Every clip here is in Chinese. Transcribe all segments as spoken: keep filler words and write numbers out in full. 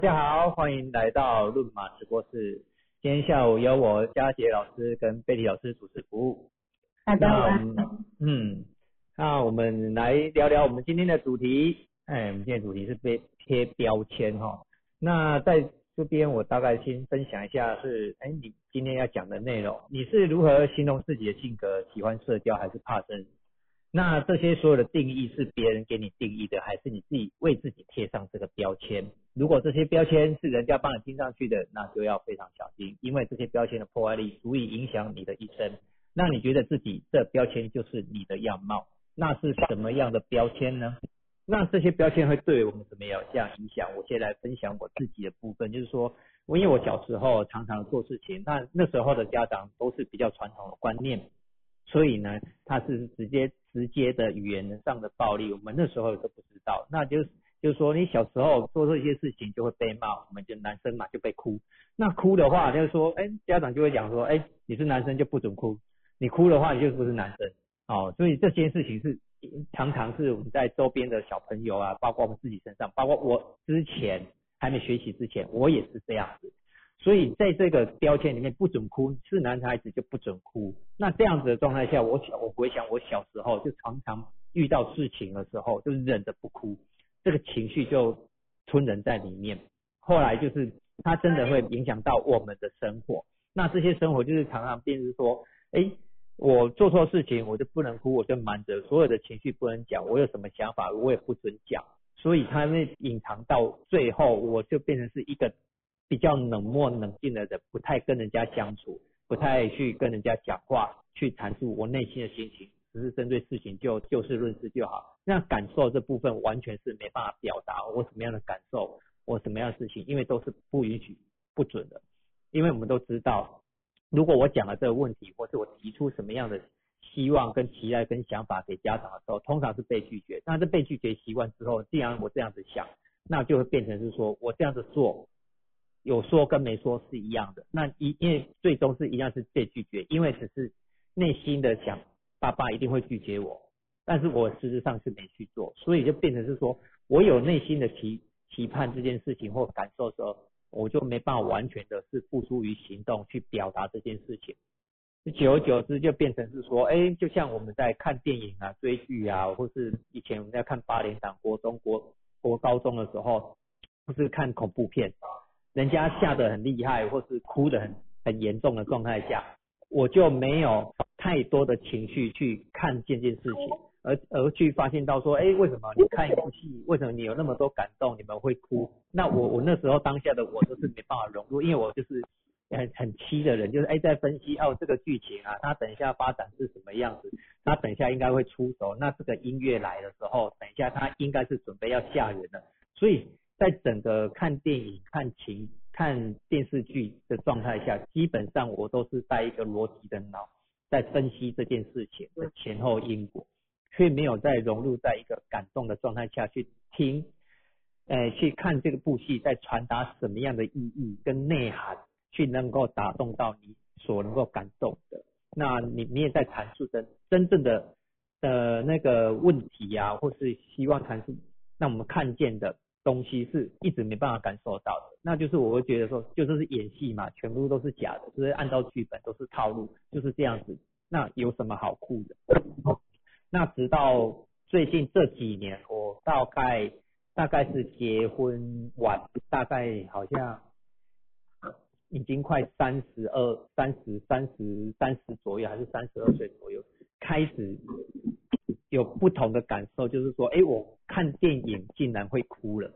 大家好，欢迎来到论马直播室。今天下午由我佳杰老师跟贝蒂老师主持服务。 大家好。 嗯，那我们来聊聊我们今天的主题。哎，我们今天的主题是被贴标签哈。那在这边我大概先分享一下是，哎，你今天要讲的内容，你是如何形容自己的性格？喜欢社交还是怕生？那这些所有的定义是别人给你定义的，还是你自己为自己贴上这个标签？如果这些标签是人家帮你贴上去的，那就要非常小心，因为这些标签的破坏力足以影响你的一生。那你觉得自己这标签就是你的样貌，那是什么样的标签呢？那这些标签会对我们怎么样这样影响？我先来分享我自己的部分，就是说，因为我小时候常常做事情，那那时候的家长都是比较传统的观念，所以呢，他是直接直接的语言上的暴力，我们那时候都不知道。那就是就是说，你小时候做这些事情就会被骂，我们就男生嘛就被哭。那哭的话，就是说，哎，家长就会讲说，哎，你是男生就不准哭，你哭的话你就不是男生。哦，所以这件事情是常常是我们在周边的小朋友啊，包括我们自己身上，包括我之前还没学习之前，我也是这样子。所以在这个标签里面，不准哭，是男孩子就不准哭。那这样子的状态下，我小我回想我小时候就常常遇到事情的时候，就是忍着不哭，这个情绪就吞忍在里面。后来就是它真的会影响到我们的生活。那这些生活就是常常变成说，哎，我做错事情我就不能哭，我就瞒着，所有的情绪不能讲，我有什么想法我也不准讲，所以它会隐藏到最后，我就变成是一个比较冷漠冷静的人，不太跟人家相处，不太去跟人家讲话，去阐述我内心的心情，只是针对事情就就事论事就好。那感受这部分完全是没办法表达我什么样的感受，我什么样的事情，因为都是不允许不准的。因为我们都知道，如果我讲了这个问题，或是我提出什么样的希望跟期待跟想法给家长的时候，通常是被拒绝。那这被拒绝习惯之后，既然我这样子想，那就会变成是说我这样子做，有说跟没说是一样的。那一因为最终是一样是被拒绝，因为只是内心的想，爸爸一定会拒绝我，但是我实质上是没去做，所以就变成是说我有内心的期期盼这件事情或感受的时候，我就没办法完全的是付诸于行动去表达这件事情。久而久之就变成是说，哎，就像我们在看电影啊、追剧啊，或是以前我们在看八点档、国中、国国高中的时候，或是看恐怖片，人家吓得很厉害，或是哭得很很严重的状态下，我就没有太多的情绪去看这件事情，而而去发现到说，哎，为什么你看一部戏，为什么你有那么多感动，你们会哭？那我我那时候当下的我就是没办法融入，因为我就是很很气的人，就是哎在分析哦这个剧情啊，它等一下发展是什么样子，它等一下应该会出手，那这个音乐来的时候，等一下它应该是准备要吓人了，所以在整个看电影、看情、看电视剧的状态下，基本上我都是带一个逻辑的脑在分析这件事情的前后因果，却没有再融入在一个感动的状态下去听，呃，去看这个部戏在传达什么样的意义跟内涵，去能够打动到你所能够感动的。那你你也在阐述的真正的呃那个问题啊，或是希望阐述让我们看见的东西是一直没办法感受到的，那就是我会觉得说，就是演戏嘛，全部都是假的，就是按照剧本都是套路，就是这样子。那有什么好哭的？那直到最近这几年，我大概大概是结婚晚，大概好像已经快三十二、三十、三十、三十左右，还是三十二岁左右，开始有不同的感受，就是说，哎，我看电影竟然会哭了。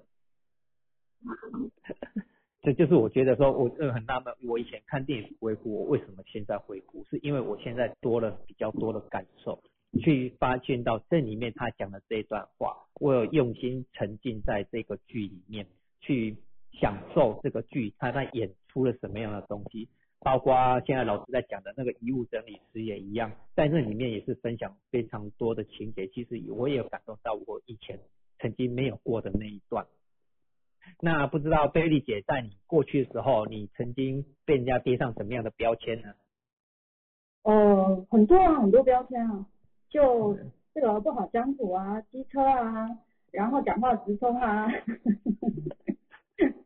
这就是我觉得说，我很纳闷，我以前看电影不会哭，我为什么现在会哭？是因为我现在多了比较多的感受，去发现到这里面他讲的这一段话，我有用心沉浸在这个剧里面，去享受这个剧他在演出了什么样的东西。包括现在老师在讲的那个遗物整理师也一样，在这里面也是分享非常多的情节，其实我也有感动到我以前曾经没有过的那一段。那不知道贝莉姐在你过去的时候，你曾经被人家贴上什么样的标签呢？ 呃，很多啊，很多标签啊，就这个不好相处啊，机车啊，然后讲话直冲啊，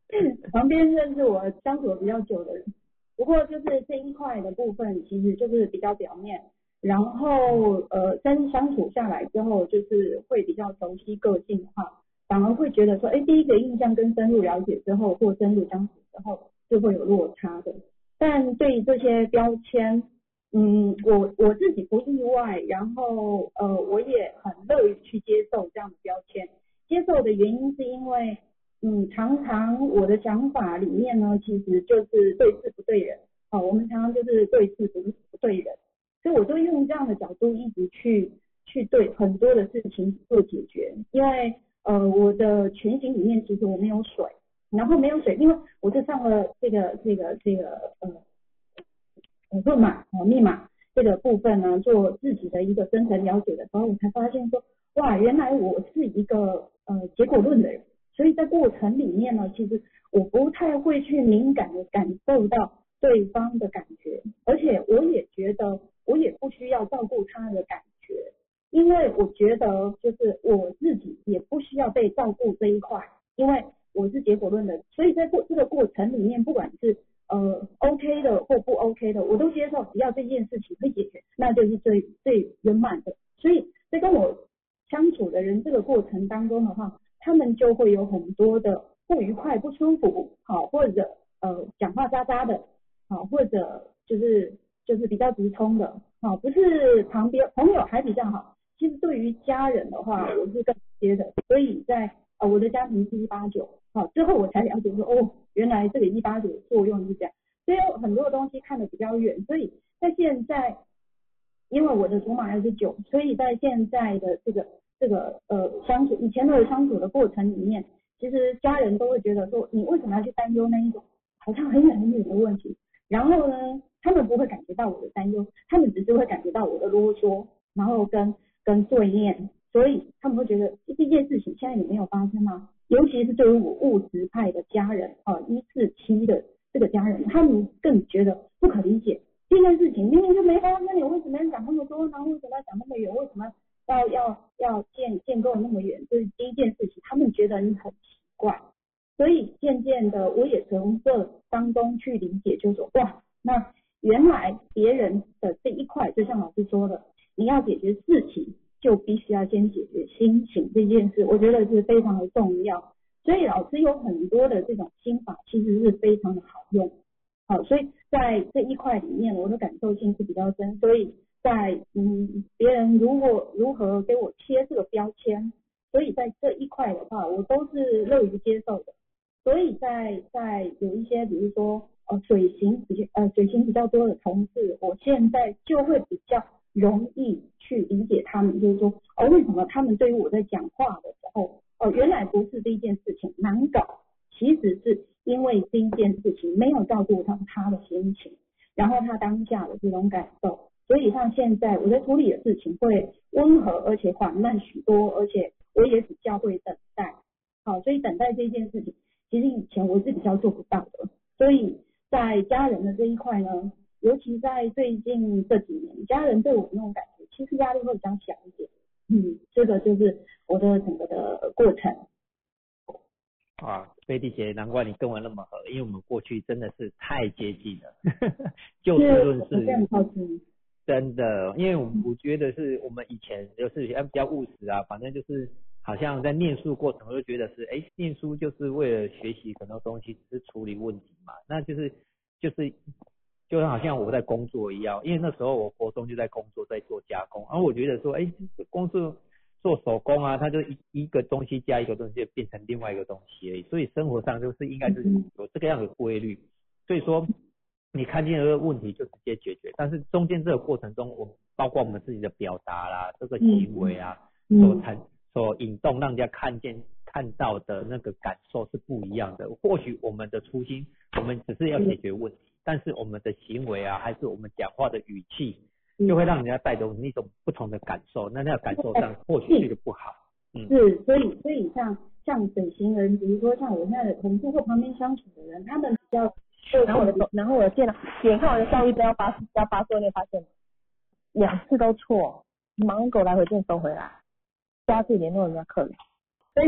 旁边认识我相处的比较久的人。不过就是这一块的部分，其实就是比较表面。然后呃，跟相处下来之后，就是会比较熟悉个性的话，反而会觉得说，哎，第一个印象跟深入了解之后，或深入相处之后，是会有落差的。但对于这些标签，嗯，我我自己不意外，然后呃，我也很乐于去接受这样的标签。接受的原因是因为，嗯，常常我的想法里面呢，其实就是对事不对人。好，我们常常就是对事不不对人。所以我都用这样的角度一直去去对很多的事情做解决，因为呃我的群型里面其实我没有水，然后没有水，因为我是上了这个这个这个呃呃论码呃密码这个部分呢，做自己的一个深层了解的时候，我才发现说，哇，原来我是一个呃结果论的人，所以在过程里面呢，其实我不太会去敏感的感受到对方的感觉，而且我也觉得我也不需要照顾他的感觉，因为我觉得就是我自己也不需要被照顾这一块，因为我是结果论的，所以在过这个过程里面，不管是呃 OK 的或不 OK 的，我都接受，只要这件事情会解决，那就是最最圆满的。所以在跟我相处的人这个过程当中的话，他们就会有很多的不愉快、不舒服，好，或者呃讲话渣渣的，好，或者就是就是比较直冲的，好，不是旁边朋友还比较好。其实对于家人的话，我是更直接的，所以在呃我的家庭是一八九，好，之后我才了解说，哦，原来这个一八九的作用是这样，所以有很多东西看得比较远，所以在现在，因为我的祖玛又是九，所以在现在的这个这个呃相处以前的相处的过程里面，其实家人都会觉得说，你为什么要去担忧那一种好像很远很远的问题？然后呢，他们不会感觉到我的担忧，他们只是会感觉到我的啰嗦，然后跟跟罪念，所以他们会觉得这件事情现在也没有发生啊。尤其是对于我务实派的家人啊，一四七的这个家人，他们更觉得不可理解，这件事情明明就没发生，你为什么要讲那么多呢？为什么要讲那么远？为什么要要要建建构那么远？这是第一件事情，他们觉得你很奇怪。所以渐渐的，我也从这当中去理解，就是说，哇，那原来别人的这一块，就像老师说的，你要解决事情，就必须要先解决心情这件事，我觉得是非常的重要。所以老师有很多的这种心法，其实是非常的好用。好，所以在这一块里面，我的感受性是比较深。所以在嗯，别人如果如何给我贴这个标签，所以在这一块的话，我都是乐于接受的。所以在在有一些，比如说呃水型比较呃水型比较多的同事，我现在就会比较容易去理解他们，就是说哦为什么他们对于我在讲话的时候，哦原来不是这一件事情难搞，其实是因为这一件事情没有照顾到他的心情，然后他当下的这种感受，所以像现在我在处理的事情会温和而且缓慢许多，而且我也比较会等待。好，所以等待这件事情。其实以前我是比较做不到的，所以在家人的这一块呢，尤其在最近这几年，家人对我那种感觉，其实压力会比较小一点。嗯，这个就是我的整个的过程。 啊，菲蒂姐，难怪你跟我那么合，因为我们过去真的是太接近了，就事论事，真的，因为我我觉得是我们以前就是比较务实啊，反正就是。好像在念书过程，我就觉得是，哎，念书就是为了学习很多东西，只是处理问题嘛。那就是就是就好像我在工作一样，因为那时候我国中就在工作，在做加工，然后我觉得说，哎，工作做手工啊，它就一一个东西加一个东西，就变成另外一个东西而已。所以生活上就是应该是有这个样的规律。所以说，你看见这个问题就直接解决，但是中间这个过程中，我包括我们自己的表达啦，这个行为啊，所产。所引动让人家看见看到的那个感受是不一样的。或许我们的初心，我们只是要解决问题，但是我们的行为啊，还是我们讲话的语气，就会让人家带走一种不同的感受。那那个感受上或许就不好。 嗯，是，所以所以像像水型人，比如说像我现在的同事或旁边相处的人，他们比较， 然后我的然后我的电脑点开我的效率不要发不要发作，你有发现吗？两次都错，忙狗来回键收回来。加自己联络人家客人， 所以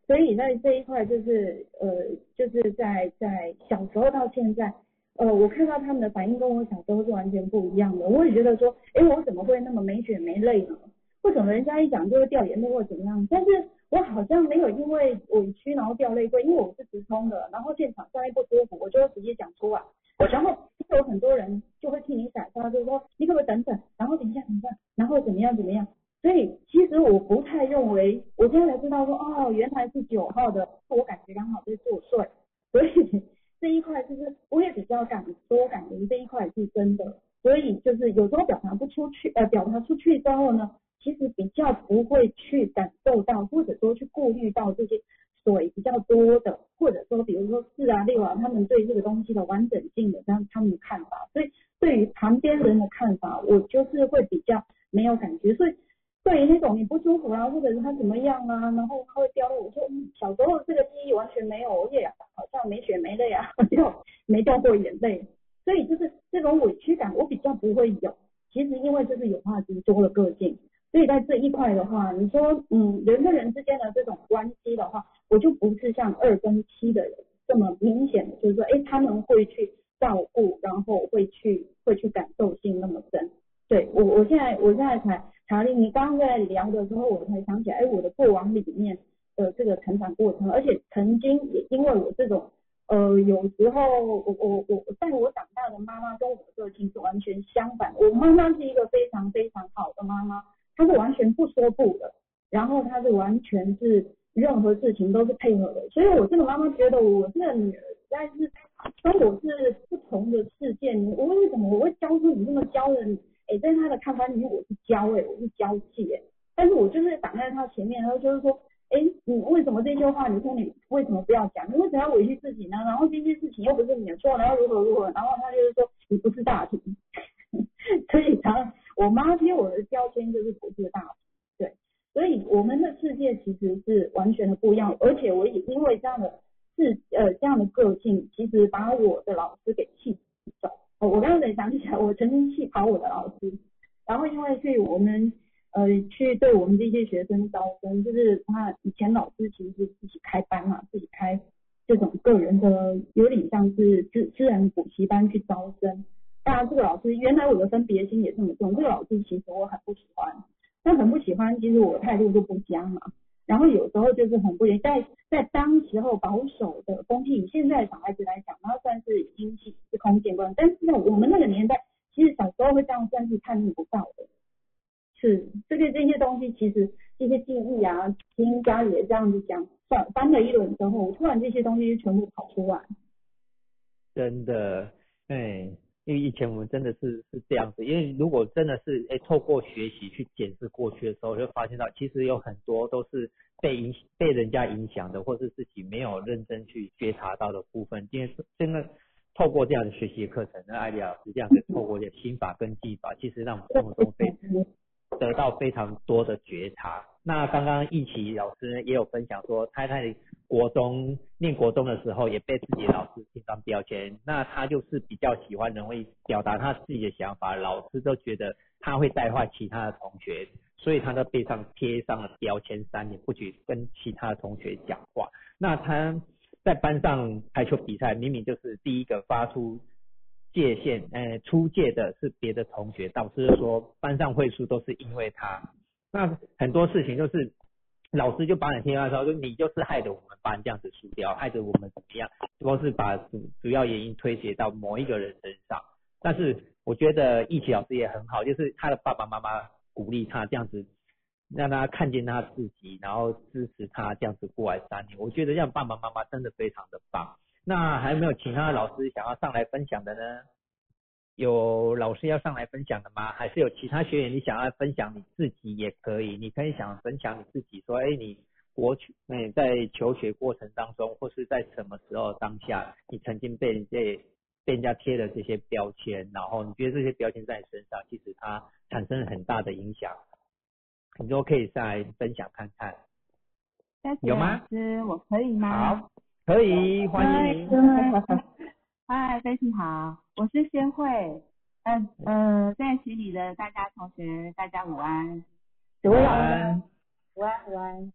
所以在这一块就是呃，就是在在小时候到现在，呃，我看到他们的反应跟我小时候是完全不一样的。我也觉得说，哎，我怎么会那么没血没泪呢？为什么人家一讲就会掉眼泪或怎么样？但是我好像没有因为委屈然后掉泪过，因为我是直通的，然后现场稍微不舒服，我就会直接讲出来。然后有很多人就会替你闪杀，就是说你可不可以等等，然后等一下等一下，然后怎么样怎么样。所以其实我不太认为，我现在才知道说，哦，原来是九号的，我感觉刚好在作祟。所以这一块就是我也比较敢说，感觉这一块是真的。所以就是有时候表达不出去，呃，表达出去之后呢，其实比较不会去感受到，或者说去顾虑到这些水比较多的，或者说比如说四啊六啊，他们对这个东西的完整性的这样他们的看法。所以对于旁边人的看法，我就是会比较没有感觉。所以对于那种你不舒服啊，或者是他怎么样啊，然后他会掉落，我说嗯，小时候这个记忆完全没有，我也好像没血没泪啊，没有没掉过眼泪。所以就是这种委屈感，我比较不会有。其实因为就是有话直说的个性，所以在这一块的话，你说嗯人跟人之间的这种关系的话，我就不是像二跟七的人这么明显的，就是说哎他们会去照顾，然后会去会去感受性那么深。对我我现在我现在才查理，你刚刚在聊的时候，我才想起来，哎，我的过往里面的这个成长过程，而且曾经也因为我这种。呃，有时候我我我在我长大的妈妈跟我的个性是完全相反。我妈妈是一个非常非常好的妈妈，她是完全不说不的，然后她是完全是任何事情都是配合的。所以我这个妈妈觉得我这个女儿实在是跟我是不同的世界。你我为什么我会教出你这么娇的你？哎，在她的看法里面我是娇哎、欸，我是娇气哎、欸，但是我就是挡在她前面，然后就是说。哎，你为什么这句话？你说你为什么不要讲？你为什么要委屈自己呢？然后这些事情又不是你的错，然后如何如何？然后他就是说你不是大体，所以他我妈贴我的标签就是不是大体，对，所以我们的世界其实是完全的不一样。而且我也因为这样的是呃这样的个性，其实把我的老师给气走。我刚刚才想起来，我曾经气跑我的老师，然后因为去我们。呃，去对我们这些学生招生，就是他以前老师其实是自己开班嘛，自己开这种个人的，有点像是私私人补习班去招生。当然，这个老师原来我的分别心也这么重，这个老师其实我很不喜欢，但很不喜欢，其实我态度就不佳嘛。然后有时候就是很不在在当时候保守的风气，以现在小孩子来讲，他算是已经是空见惯，但是在我们那个年代，其实小时候会这样算是叛逆不到的。是，这个这些东西其实这些记忆啊，听家里也这样子讲，翻翻了一轮之后，突然这些东西全部跑出来。 真的，哎，因为以前我们真的是是这样子，因为如果真的是哎透过学习去检视过去的时候，就发现到其实有很多都是被影被人家影响的，或是自己没有认真去觉察到的部分。因为真的透过这样的学习课程，那艾丽老师这样子透过这心法跟技法，其实让我们生活中非得到非常多的觉察。那刚刚一奇老师也有分享说，他在国中念国中的时候也被自己的老师贴上标签，那他就是比较喜欢人会表达他自己的想法，老师都觉得他会带坏其他的同学，所以他在背上贴上了标签，三年不许跟其他的同学讲话。那他在班上排球比赛，明明就是第一个发出界限，呃，出界的是别的同学，导师说班上会输都是因为他。那很多事情就是老师就把你贴上说，就你就是害得我们班这样子输掉，害得我们怎么样，都是把主主要原因推卸到某一个人身上。但是我觉得易奇老师也很好，就是他的爸爸妈妈鼓励他这样子，让他看见他自己，然后支持他这样子过来三年。我觉得这样爸爸妈妈真的非常的棒。那还有没有其他的老师想要上来分享的呢？有老师要上来分享的吗？还是有其他学员你想要分享你自己也可以？你可以想分享你自己说，哎，你国哎在求学过程当中，或是在什么时候当下，你曾经被人家被人家贴了这些标签，然后你觉得这些标签在你身上，其实它产生了很大的影响，你都可以上来分享看看。有吗？ 老师，我可以吗？ 好，可以，欢迎您。 嗨，飞行好，我是先慧，嗯呃，在群里的大家同学，大家午安。 午安。 午安午安，对，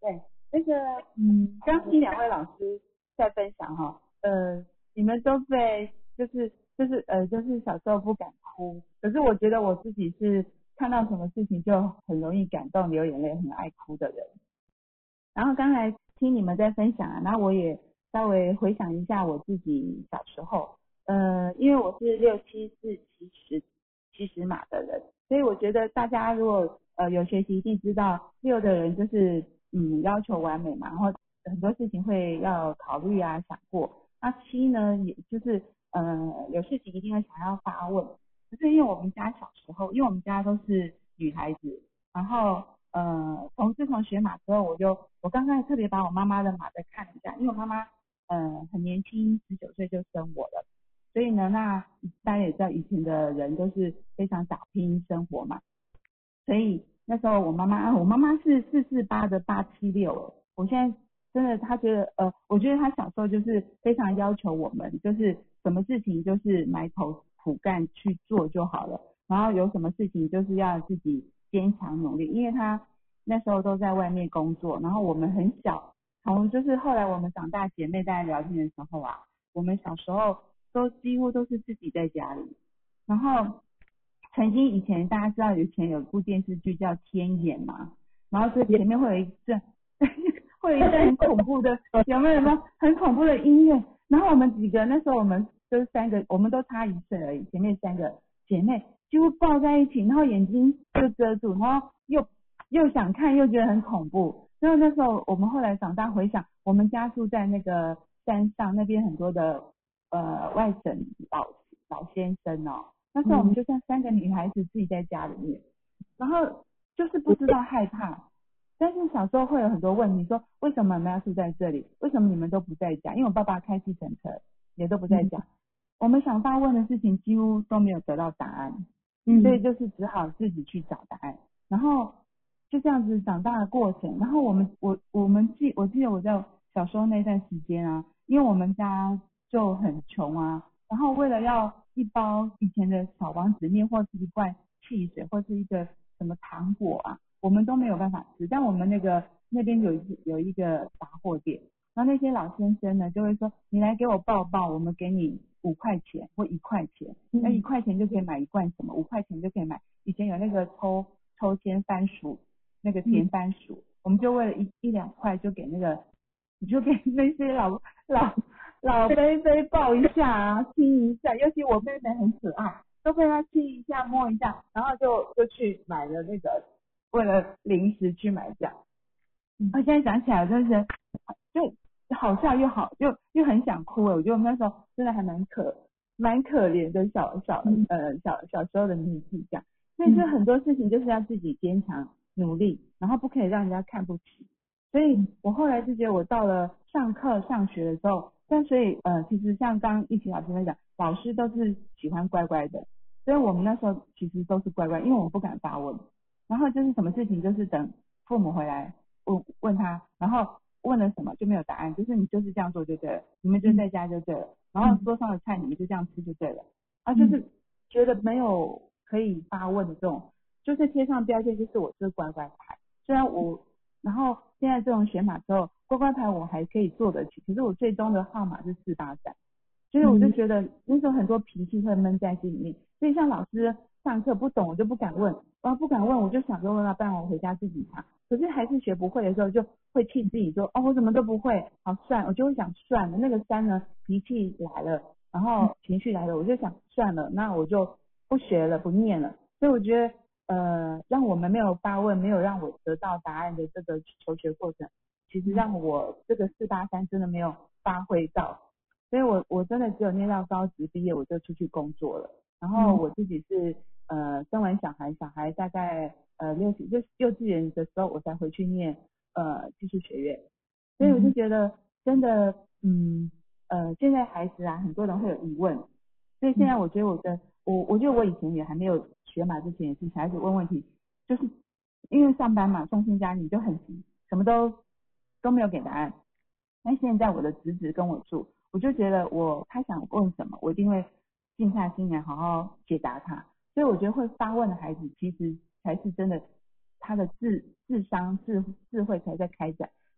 那个，嗯，刚听两位老师在分享哈，呃，你们都被就是就是呃就是小时候不敢哭，可是我觉得我自己是看到什么事情就很容易感动流眼泪，很爱哭的人。然后刚才听你们在分享啊，然后我也稍微回想一下我自己小时候，呃，因为我是六七四七十七十码的人，所以我觉得大家如果呃有学习一定知道，六的人就是嗯要求完美嘛，然后很多事情会要考虑啊想过。那七呢，也就是呃有事情一定会想要发问。可是因为我们家小时候，因为我们家都是女孩子，然后呃从自从学马之后，我就我刚刚特别把我妈妈的马再看了一下，因为我妈妈呃很年轻，十九岁就生我了。所以呢，那大家也知道以前的人都是非常打拼生活嘛，所以那时候我妈妈，我妈妈是四四八的八七六，我现在真的她觉得呃，我觉得她小时候就是非常要求我们，就是什么事情就是埋头苦干去做就好了，然后有什么事情就是要自己坚强努力，因为她那时候都在外面工作，然后我们很小，从就是后来我们长大姐妹在聊天的时候啊，我们小时候都几乎都是自己在家里，然后曾经以前大家知道以前有部电视剧叫《天眼》嘛，然后这前面会有一阵会有一阵很恐怖的，有没有什么很恐怖的音乐？然后我们几个那时候我们就是三个，我们都差一岁而已，前面三个姐妹几乎抱在一起，然后眼睛就遮住，然后又又想看又觉得很恐怖。然后那时候我们后来长大回想，我们家住在那个山上，那边很多的呃外省老老先生哦。那时候我们就像三个女孩子自己在家里面，然后就是不知道害怕，但是小时候会有很多问题，说为什么你们要住在这里？为什么你们都不在家？因为我爸爸开计程车，也都不在家。我们想发问的事情几乎都没有得到答案，所以就是只好自己去找答案。然后就这样子长大的过程，然后我们我我们记我记得我在小时候那段时间啊，因为我们家就很穷啊，然后为了要一包以前的小王子面，或是一罐汽水，或是一个什么糖果啊，我们都没有办法吃。但我们那个那边有一有一个杂货店，然后那些老先生呢就会说，你来给我抱抱，我们给你五块钱或一块钱，那一块钱就可以买一罐什么，五块钱就可以买。以前有那个抽抽签番薯，那个甜番薯，我们就为了一一两块就给那个，你就给那些老老。老菲菲抱一下啊，亲一下，尤其我妹妹很可爱，都被她亲一下摸一下，然后就就去买了那个，为了零食去买这样。我现在想起来真是就好笑又好又又很想哭了，我觉得我们那时候真的还蛮可蛮可怜的小小呃小小时候的年纪这样，所以就很多事情就是要自己坚强努力，然后不可以让人家看不起。所以我后来就觉得我到了上课上学的时候，但所以呃其实像刚一起老师在讲，老师都是喜欢乖乖的，所以我们那时候其实都是乖乖，因为我们不敢发问，然后就是什么事情就是等父母回来问问他，然后问了什么就没有答案，就是你就是这样做就对了，你们就在家就对了，然后桌上的菜你们就这样吃就对了，啊就是觉得没有可以发问的这种，就是贴上标签就是我是乖乖牌，虽然我然后现在这种选码之后，乖乖牌我还可以做得起，可是我最终的号码是四八三，所以我就觉得那时候很多脾气会闷在心里面，所以像老师上课不懂我就不敢问，然后不敢问我就想说问了，不然我回家自己查，可是还是学不会的时候就会气自己说，哦我怎么都不会，好算，我就会想算了，那个三呢脾气来了，然后情绪来了，我就想算了，那我就不学了不念了，所以我觉得呃，让我们没有发问，没有让我得到答案的这个求学过程，其实让我这个四八三真的没有发挥到，所以我我真的只有念到高职毕业我就出去工作了，然后我自己是呃生完小孩，小孩大概呃六就幼稚园的时候我才回去念呃技术学院，所以我就觉得真的嗯呃现在孩子啊很多人会有疑问，所以现在我觉得我的我我觉得我以前也还没有学马之前也是小孩子问问题，就是因为上班嘛，双薪家庭就很急，什么都都没有给答案。但现在我的侄子跟我住，我就觉得我他想问什么，我一定会静下心来好好解答他。所以我觉得会发问的孩子，其实才是真的他的智智商智智慧才在开展。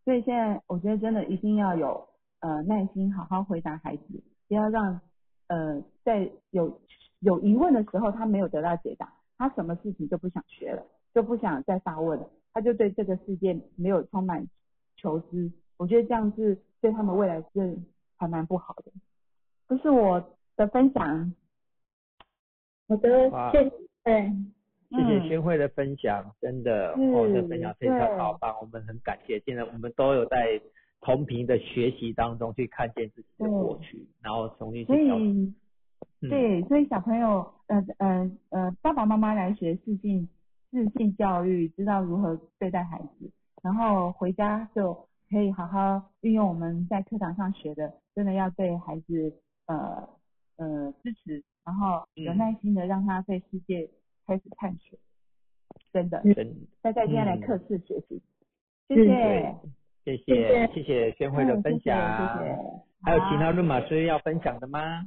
所以现在我觉得真的一定要有呃耐心，好好回答孩子，不要让呃在有有疑问的时候他没有得到解答，他什么事情就不想学了，就不想再发问了，他就对这个世界没有充满求知。我觉得这样是对他们未来是还蛮不好的。这是我的分享。 好的，谢谢。 谢谢宣慧的分享，真的，哦，这分享非常好棒，我们很感谢。现在我们都有在同频的学习当中去看见自己的过去，然后重新去调整。 嗯、对，所以小朋友，呃呃呃，爸爸妈妈来学自信自信教育，知道如何对待孩子，然后回家就可以好好运用我们在课堂上学的，真的要对孩子呃呃支持，然后有耐心的让他对世界开始探索，真的，大家一定要来课室学习。谢谢， 谢谢，谢谢宣慧的分享。 嗯、谢谢，谢谢。 还有其他论马师要分享的吗？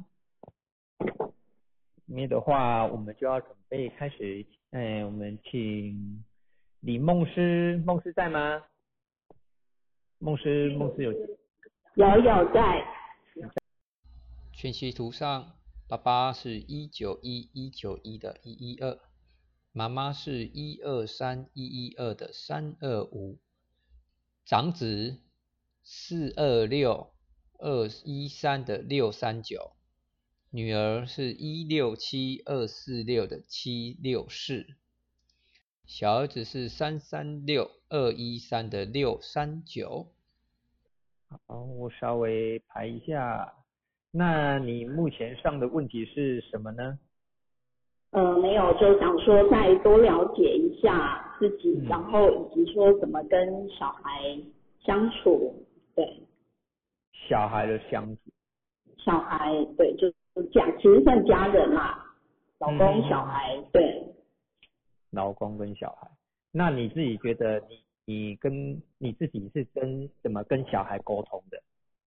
没有的话，我们就要准备开始。哎，我们请李梦师，梦师在吗？梦师，梦师有？ 有有在。 讯息图上，爸爸是一九一一九一的一一二，妈妈是一二三一一二的三二五，长子四二六二一三的六三九，女儿是一六七二四六的七六四，小儿子是三三六二一三的六三九。 好，我稍微排一下。那你目前上的问题是什么呢？ 呃，没有，就想说再多了解一下自己，嗯、然后以及说怎么跟小孩相处，对。 小孩的相处。 小孩，对，就家，其实算家人嘛，老公、嗯、小孩，对。 老公跟小孩，那你自己觉得你你跟你自己是跟怎么跟小孩沟通的？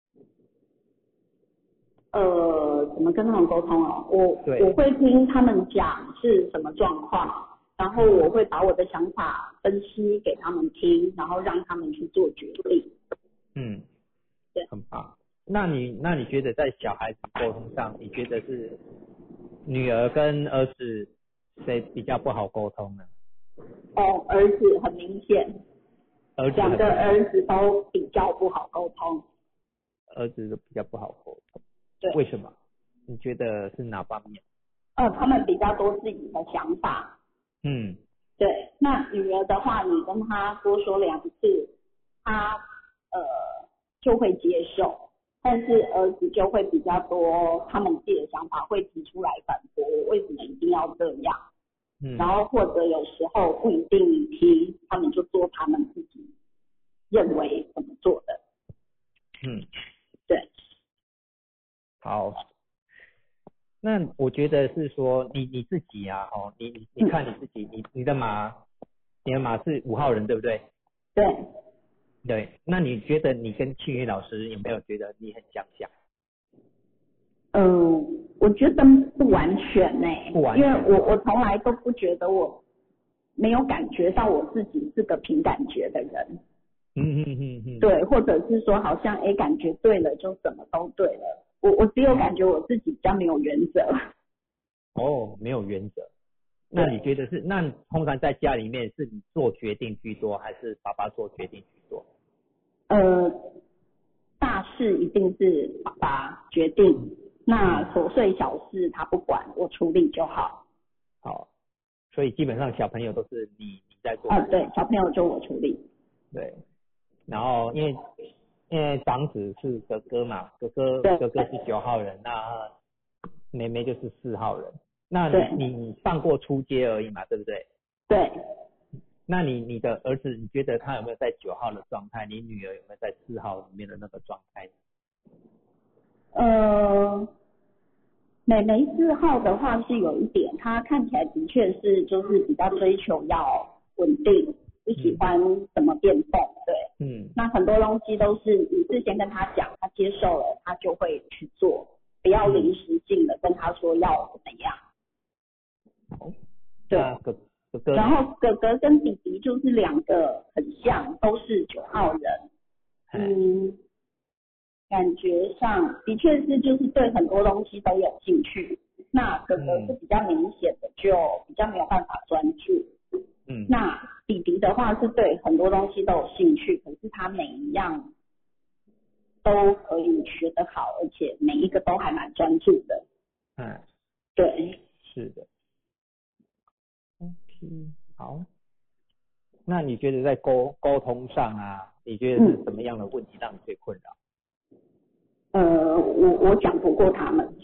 呃，怎么跟他们沟通哦？我我会听他们讲是什么状况，然后我会把我的想法分析给他们听，然后让他们去做决定。 嗯， 对， 很棒。那你那你觉得在小孩子沟通上，你觉得是女儿跟儿子谁比较不好沟通呢？ 哦，儿子很明显， 儿子两个儿子都比较不好沟通。 儿子都比较不好沟通。 对， 为什么？你觉得是哪方面？ 呃，他们比较多自己的想法。 嗯， 对。那女儿的话，你跟她多说两次，她呃就会接受，但是儿子就会比较多他们自己的想法，会提出来反驳，为什么一定要这样？嗯。然后或者有时候不一定听，他们就做他们自己认为怎么做的。 嗯， 对。 好，那我觉得是说你你自己啊，哦，你你你看你自己，你你的马，你的马是五号人对不对？ 对。 对，那你觉得你跟庆宇老师有没有觉得你很相像？ 嗯，我觉得不完全呢、欸， 不完全， 因为我我从来都不觉得我没有感觉到我自己是个凭感觉的人。 嗯嗯嗯嗯。 对，或者是说好像哎感觉对了就什么都对了。我我只有感觉我自己比较没有原则。 哦，没有原则。那你觉得是？那通常在家里面是你做决定居多，还是爸爸做决定居多？ 呃，大事一定是爸爸决定，那琐碎小事他不管，我处理就好。 好，所以基本上小朋友都是你你在做。 啊，对，小朋友就我处理。 对，然后因为。因为长子是哥哥嘛，哥哥哥哥是九号人，那妹妹就是四号人。那你你你上过初阶而已嘛，对不对？ 对。 那你你的儿子，你觉得他有没有在九号的状态？你女儿有没有在四号里面的那个状态？ 呃，妹妹四号的话是有一点，她看起来的确是就是比较追求要稳定。不喜欢怎么变动，对，嗯，那很多东西都是你事先跟他讲，他接受了，他就会去做，不要临时性的跟他说要怎么样。 好， 对， 哥哥哥， 然后哥哥跟弟弟就是两个很像，都是九号人， 嗯，感觉上的确是就是对很多东西都有兴趣，那哥哥是比较明显的就比较没有办法专注。 嗯， 那弟弟的话是对很多东西都有兴趣，可是他每一样都可以学得好，而且每一个都还蛮专注的。 嗯， 对， 是的。OK， 好。那你觉得在沟沟通上啊，你觉得是什么样的问题让你最困扰？ 呃，我我讲不过他们。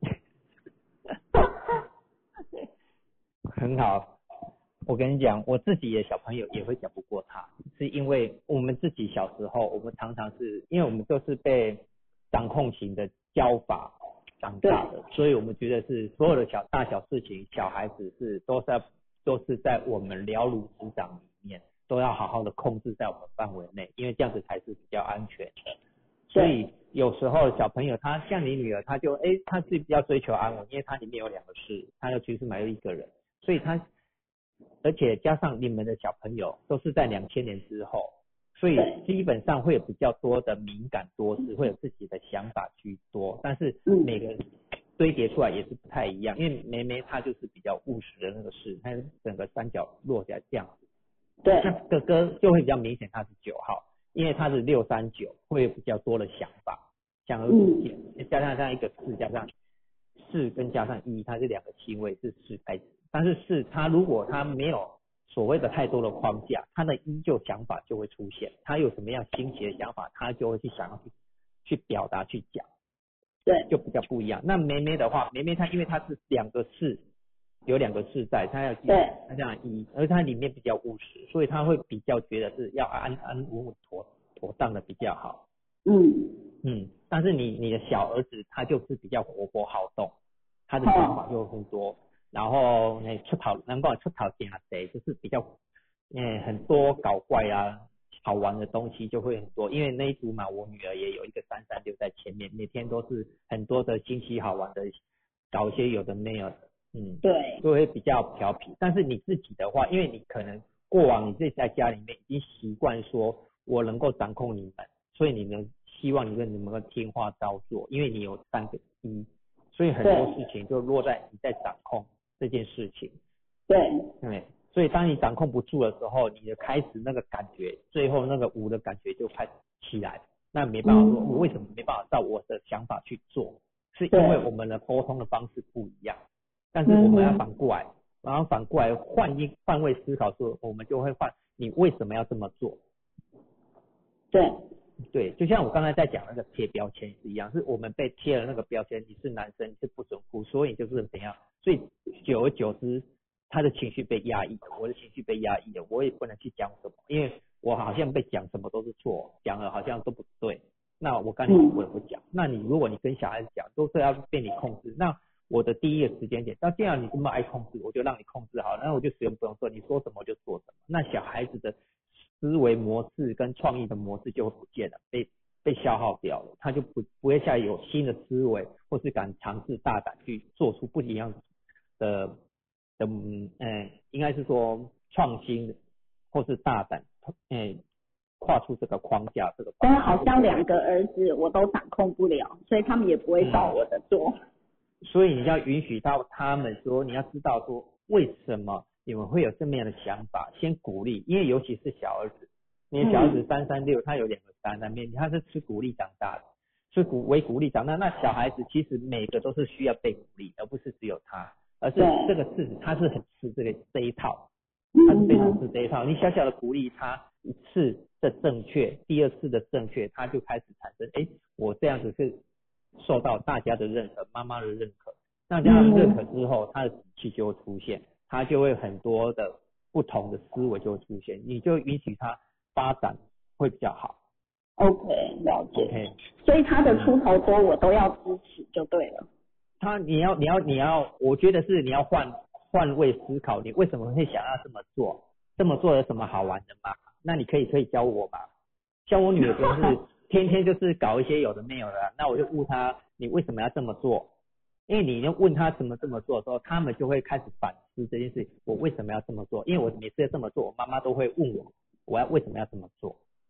很好，我跟你讲，我自己的小朋友也会讲不过他，是因为我们自己小时候，我们常常是因为我们都是被掌控型的教法长大的，所以我们觉得是所有的小大小事情，小孩子是都在都是在我们了如指掌里面，都要好好的控制在我们范围内，因为这样子才是比较安全的。所以有时候小朋友他像你女儿，他就哎，他是比较追求安稳，因为他里面有两个事，他要其实买有一个人，所以他而且加上你们的小朋友都是在两千年之后，所以基本上会有比较多的敏感多事，会有自己的想法居多，但是每个人堆叠出来也是不太一样，因为妹妹她就是比较务实的那个事，她整个三角落下这样子。 对， 那哥哥就会比较明显，他是九号。因为他是六三九，会有比较多的想法，想而不见，加上这样一个四，加上四跟加上一，它是两个亲位是四开始，但是四他如果他没有所谓的太多的框架，他的依旧想法就会出现，他有什么样新奇的想法，他就会去想要去去表达去讲， 对， 就比较不一样。那梅梅的话，梅梅她因为她是两个四，有两个四在，她要对，她这样一，而她里面比较务实，所以她会比较觉得是要安安稳稳妥妥当的比较好。 嗯嗯，但是你你的小儿子他就是比较活泼好动，他的想法就很多，哦、然后那出头能够出头点谁，就是比较嗯很多搞怪啊好玩的东西就会很多，因为那一组嘛，我女儿也有一个三三六在前面，每天都是很多的新奇好玩的，搞一些有的没有的。嗯，对，就会比较调皮。但是你自己的话，因为你可能过往你自己在家里面已经习惯说，我能够掌控你们，所以你们希望你们能够听话照做，因为你有三个一，所以很多事情就落在你在掌控这件事情。对，对，所以当你掌控不住的时候，你的开始那个感觉，最后那个无的感觉就开始起来，那没办法说，我为什么没办法照我的想法去做？是因为我们的沟通的方式不一样。但是我们要反过来，然后反过来换一换位思考说，我们就会换你为什么要这么做？对，对，就像我刚才在讲那个贴标签是一样，是我们被贴了那个标签，你是男生，你是不准哭，所以就是怎样，所以久而久之，他的情绪被压抑了，我的情绪被压抑了，我也不能去讲什么，因为我好像被讲什么都是错，讲了好像都不对，那我干脆不能不讲。那你如果你跟小孩子讲，都是要被你控制，那我的第一个时间点，那这样你这么爱控制，我就让你控制好了，那我就使用不用说，你说什么就做什么。那小孩子的思维模式跟创意的模式就会不见了，被被消耗掉了，他就不不会再有新的思维，或是敢尝试大胆去做出不一样的的嗯、呃，应该是说创新或是大胆，嗯、呃，跨出这个框架这个。 但是好像两个儿子我都掌控不了，所以他们也不会照我的做。嗯， 所以你要允许到他们说，你要知道说为什么你们会有这么样的想法，先鼓励，因为尤其是小儿子，你的小儿子三三六，他有两个三在面，他是吃鼓励长大的，是鼓为鼓励长大。那小孩子其实每个都是需要被鼓励，而不是只有他，而是这个事实他是很吃这个这一套，他是非常吃这一套。你小小的鼓励他一次的正确，第二次的正确，他就开始产生，哎，我这样子是受到大家的认可，妈妈的认可，那这样认可之后，他的底气就会出现，他就会很多的不同的思维就会出现，你就允许他发展会比较好。 OK， 了解。 OK， 所以他的出头多我都要支持就对了。 他你要你要你要，我觉得是你要换换位思考，你为什么会想要这么做？这么做有什么好玩的吗？那你可以可以教我吗？像我女儿就是天天就是搞一些有的没有的，那我就问她你为什么要这么做？因为你要问她怎么这么做的时候，他们就会开始反思这件事情，我为什么要这么做？因为我每次要这么做，我妈妈都会问我，我要为什么要这么做？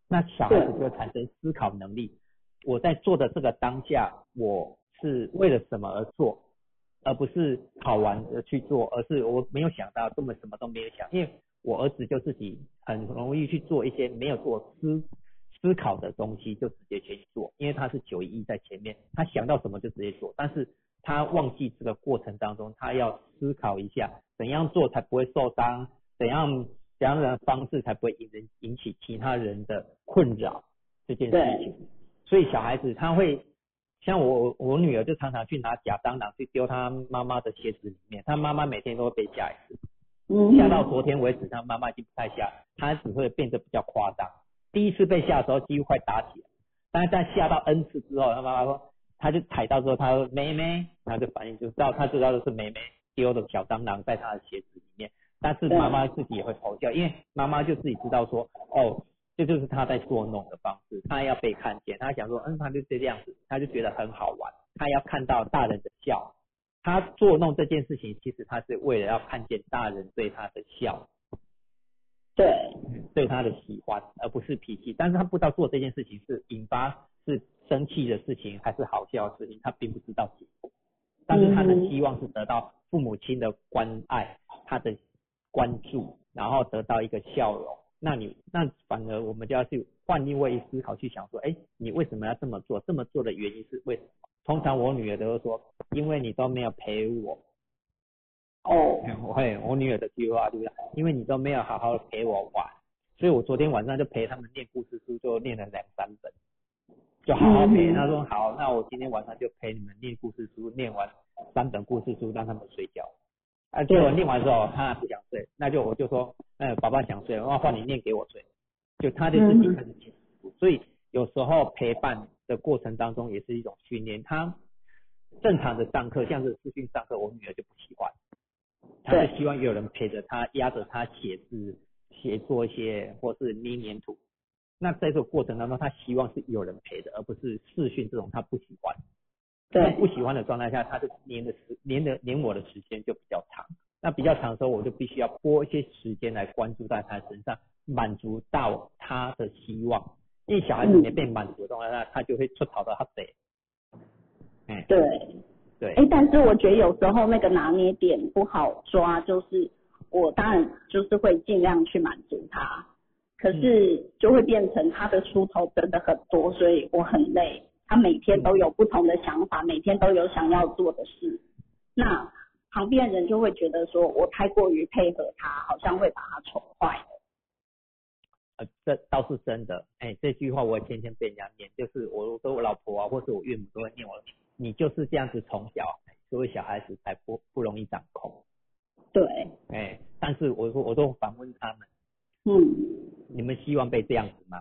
那小孩子就会产生思考能力。我在做的这个当下，我是为了什么而做，而不是好玩的去做，而是我没有想到，根本什么都没有想，因为我儿子就自己很容易去做一些没有做思思考的东西，就直接去做，因为他是九一一在前面，他想到什么就直接做，但是他忘记这个过程当中，他要思考一下怎样做才不会受伤，怎样怎样的方式才不会引人引起其他人的困扰这件事情。所以小孩子他会像我我女儿就常常去拿假蟑螂去丢她妈妈的鞋子里面，她妈妈每天都会被吓一次，吓到昨天为止，她妈妈已经不太吓，她只会变得比较夸张。第一次被吓的时候几乎快打起来，但是在吓到 N 次之后，她妈妈说，她就踩到之后，她说妹妹，然后就反应就知道，她知道的是妹妹丢的小蟑螂在她的鞋子里面，但是妈妈自己也会偷笑，因为妈妈就自己知道说，哦，这就是她在捉弄的方式，她要被看见，她想说，嗯，她就这样子，她就觉得很好玩，她要看到大人的笑，她捉弄这件事情，其实她是为了要看见大人对她的笑。对，对他的喜欢，而不是脾气。但是他不知道做这件事情是引发是生气的事情，还是好笑的事情，他并不知道结果。但是他的希望是得到父母亲的关爱，他的关注，然后得到一个笑容。那你那反而我们就要去换另外一思考，去想说，哎，你为什么要这么做？这么做的原因是为什么？通常我女儿都会说，因为你都没有陪我。哦，我会，我女儿的句话对不对？因为你都没有好好的陪我玩，所以我昨天晚上就陪他们念故事书，就念了两三本，就好好陪。他说好，那我今天晚上就陪你们念故事书，念完三本故事书，让他们睡觉。啊，结果念完之后，他不想睡，那就我就说，嗯，爸爸想睡，那换你念给我睡。就他就自己开始念书，所以有时候陪伴的过程当中也是一种训练。他正常的上课，像是视讯上课，我女儿就不喜欢。他就希望有人陪着他，压着他写字、写做一些或是捏黏土。那在这个过程当中，他希望是有人陪的，而不是视讯这种他不喜欢。对，不喜欢的状态下，他就黏的时黏的黏我的时间就比较长。那比较长的时候，我就必须要拨一些时间来关注在他身上，满足到他的希望。因为小孩子没被满足的状态下，他就会出逃到他得。 嗯，对。 对， 哎，但是我觉得有时候那个拿捏点不好抓，就是我当然就是会尽量去满足他，可是就会变成他的出头真的很多，所以我很累。他每天都有不同的想法，每天都有想要做的事，那旁边人就会觉得说我太过于配合他，好像会把他宠坏了。 呃，这倒是真的。哎，这句话我也天天被人家念，就是我说我老婆啊，或是我岳母都会念我。你就是这样子从小，所以小孩子才不不容易掌控。 对， 哎，但是我说我都反问他们， 嗯， 你们希望被这样子吗？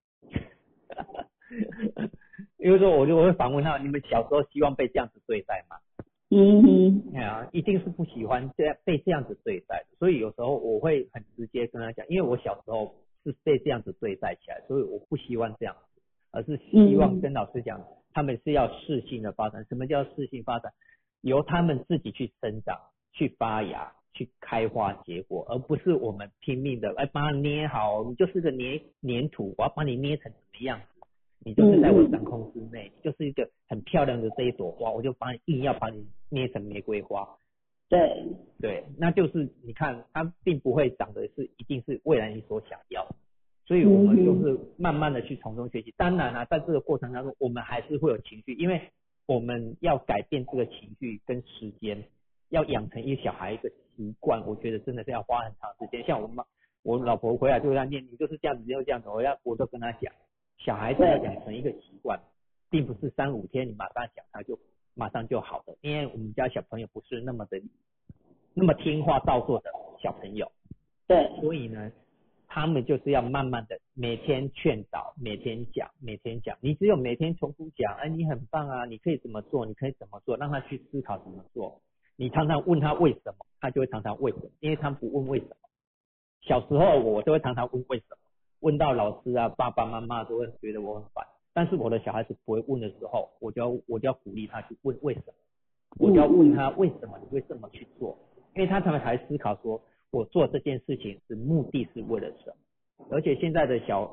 因为说我就我会反问他们，你们小时候希望被这样子对待吗？ 嗯哼， 哎呀，一定是不喜欢这样被这样子对待的。所以有时候我会很直接跟他讲，因为我小时候是被这样子对待起来，所以我不希望这样子，而是希望跟老师讲。嗯，他们是要适性的发展。什么叫适性发展？由他们自己去生长、去发芽、去开花结果，而不是我们拼命的哎把它捏好，你就是个黏黏土，我要把你捏成什么样子，你就是在我掌控之内，你就是一个很漂亮的这一朵花，我就把你硬要把你捏成玫瑰花。 对对，那就是你看，它并不会长得是一定是未来你所想要的。所以我们就是慢慢的去从中学习。当然啊，在这个过程当中，我们还是会有情绪，因为我们要改变这个情绪跟时间，要养成一个小孩一个习惯，我觉得真的是要花很长时间。像我妈，我老婆回来就在念，你就是这样子，就这样子，我要我都跟她讲，小孩子要养成一个习惯，并不是三五天你马上讲他就马上就好的，因为我们家小朋友不是那么的那么听话照做的小朋友， 对， 所以呢。他们就是要慢慢的每天劝导，每天讲，每天讲。你只有每天重复讲，哎，你很棒啊，你可以怎么做，你可以怎么做，让他去思考怎么做。你常常问他为什么，他就会常常为什么，因为他不问为什么。小时候我都会常常问为什么，问到老师啊、爸爸妈妈都会觉得我很烦。但是我的小孩子不会问的时候，我就要我就要鼓励他去问为什么，我就要问他为什么你会这么去做，因为他才才思考说。我做这件事情是目的是为了什么？而且现在的小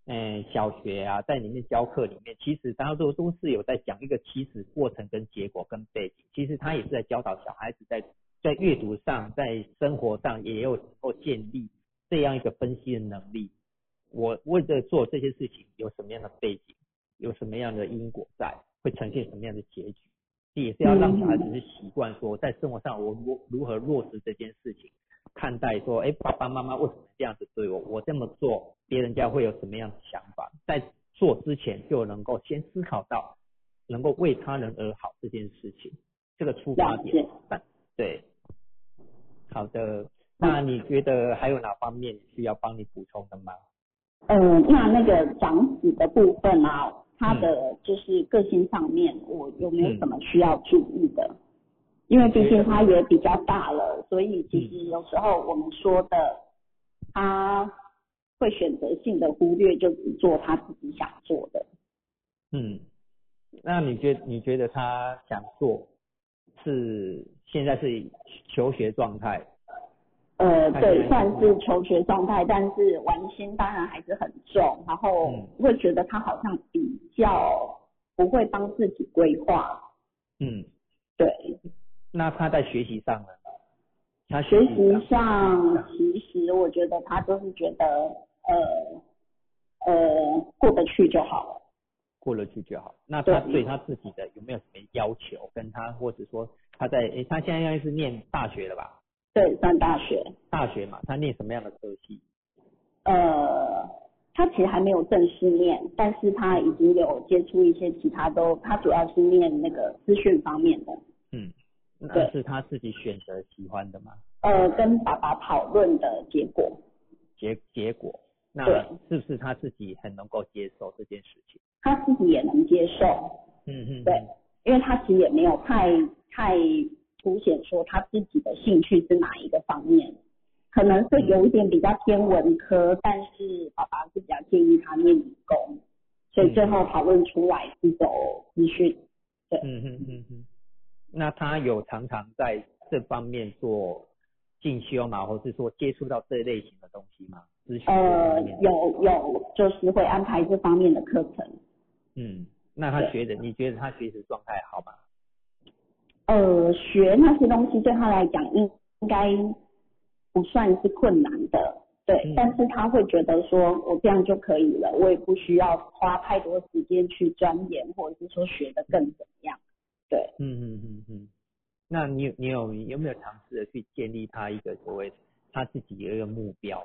嗯，小学啊，在里面教课里面，其实大家都都是有在讲一个起始过程跟结果跟背景，其实他也是在教导小孩子在在阅读上，在生活上也有能够建立这样一个分析的能力。我为了做这些事情有什么样的背景，有什么样的因果在，会呈现什么样的结局，也是要让小孩子去习惯说，在生活上我如如何落实这件事情。看待说，哎，爸爸妈妈为什么这样子对我？我这么做，别人家会有什么样的想法？在做之前就能够先思考到，能够为他人而好这件事情，这个出发点。对，好的。那你觉得还有哪方面需要帮你补充的吗？ 呃，那那个长子的部分啊，他的就是个性上面，我有没有什么需要注意的？嗯，因为毕竟他也比较大了，所以其实有时候我们说的，他会选择性的忽略，就只做他自己想做的。 嗯，那你觉你觉得他想做是现在是求学状态？ 呃，对，算是求学状态，但是玩心当然还是很重，然后会觉得他好像比较不会帮自己规划。 嗯， 对。 那他在学习上呢？他学习上，其实我觉得他都是觉得，呃呃，过得去就好了。 过得去就好。那他对他自己的有没有什么要求？跟他或者说他在，诶，他现在应该是念大学了吧？ 对，上大学。 大学嘛，他念什么样的科系？ 呃，他其实还没有正式念，但是他已经有接触一些其他都，他主要是念那个资讯方面的。 嗯。那是他自己选择喜欢的吗？ 呃，跟爸爸讨论的结果。 结结果，那是不是他自己很能够接受这件事情？ 他自己也能接受。 嗯嗯。 对，因为他其实也没有太太凸显说他自己的兴趣是哪一个方面，可能是有一点比较偏文科，嗯、但是爸爸是比较建议他念理工，所以最后讨论出来是走资讯。对。 嗯嗯嗯嗯。那他有常常在这方面做进修嘛，或是说接触到这类型的东西吗？咨询呃，有有，就是会安排这方面的课程。 嗯，那他学的，你觉得他学习状态好吗？ 呃，学那些东西对他来讲应应该不算是困难的，对、嗯，但是他会觉得说我这样就可以了，我也不需要花太多时间去钻研，或者是说学得更怎么样。对， 嗯嗯嗯嗯，那你有你有有没有尝试的去建立他一个所谓他自己的一个目标？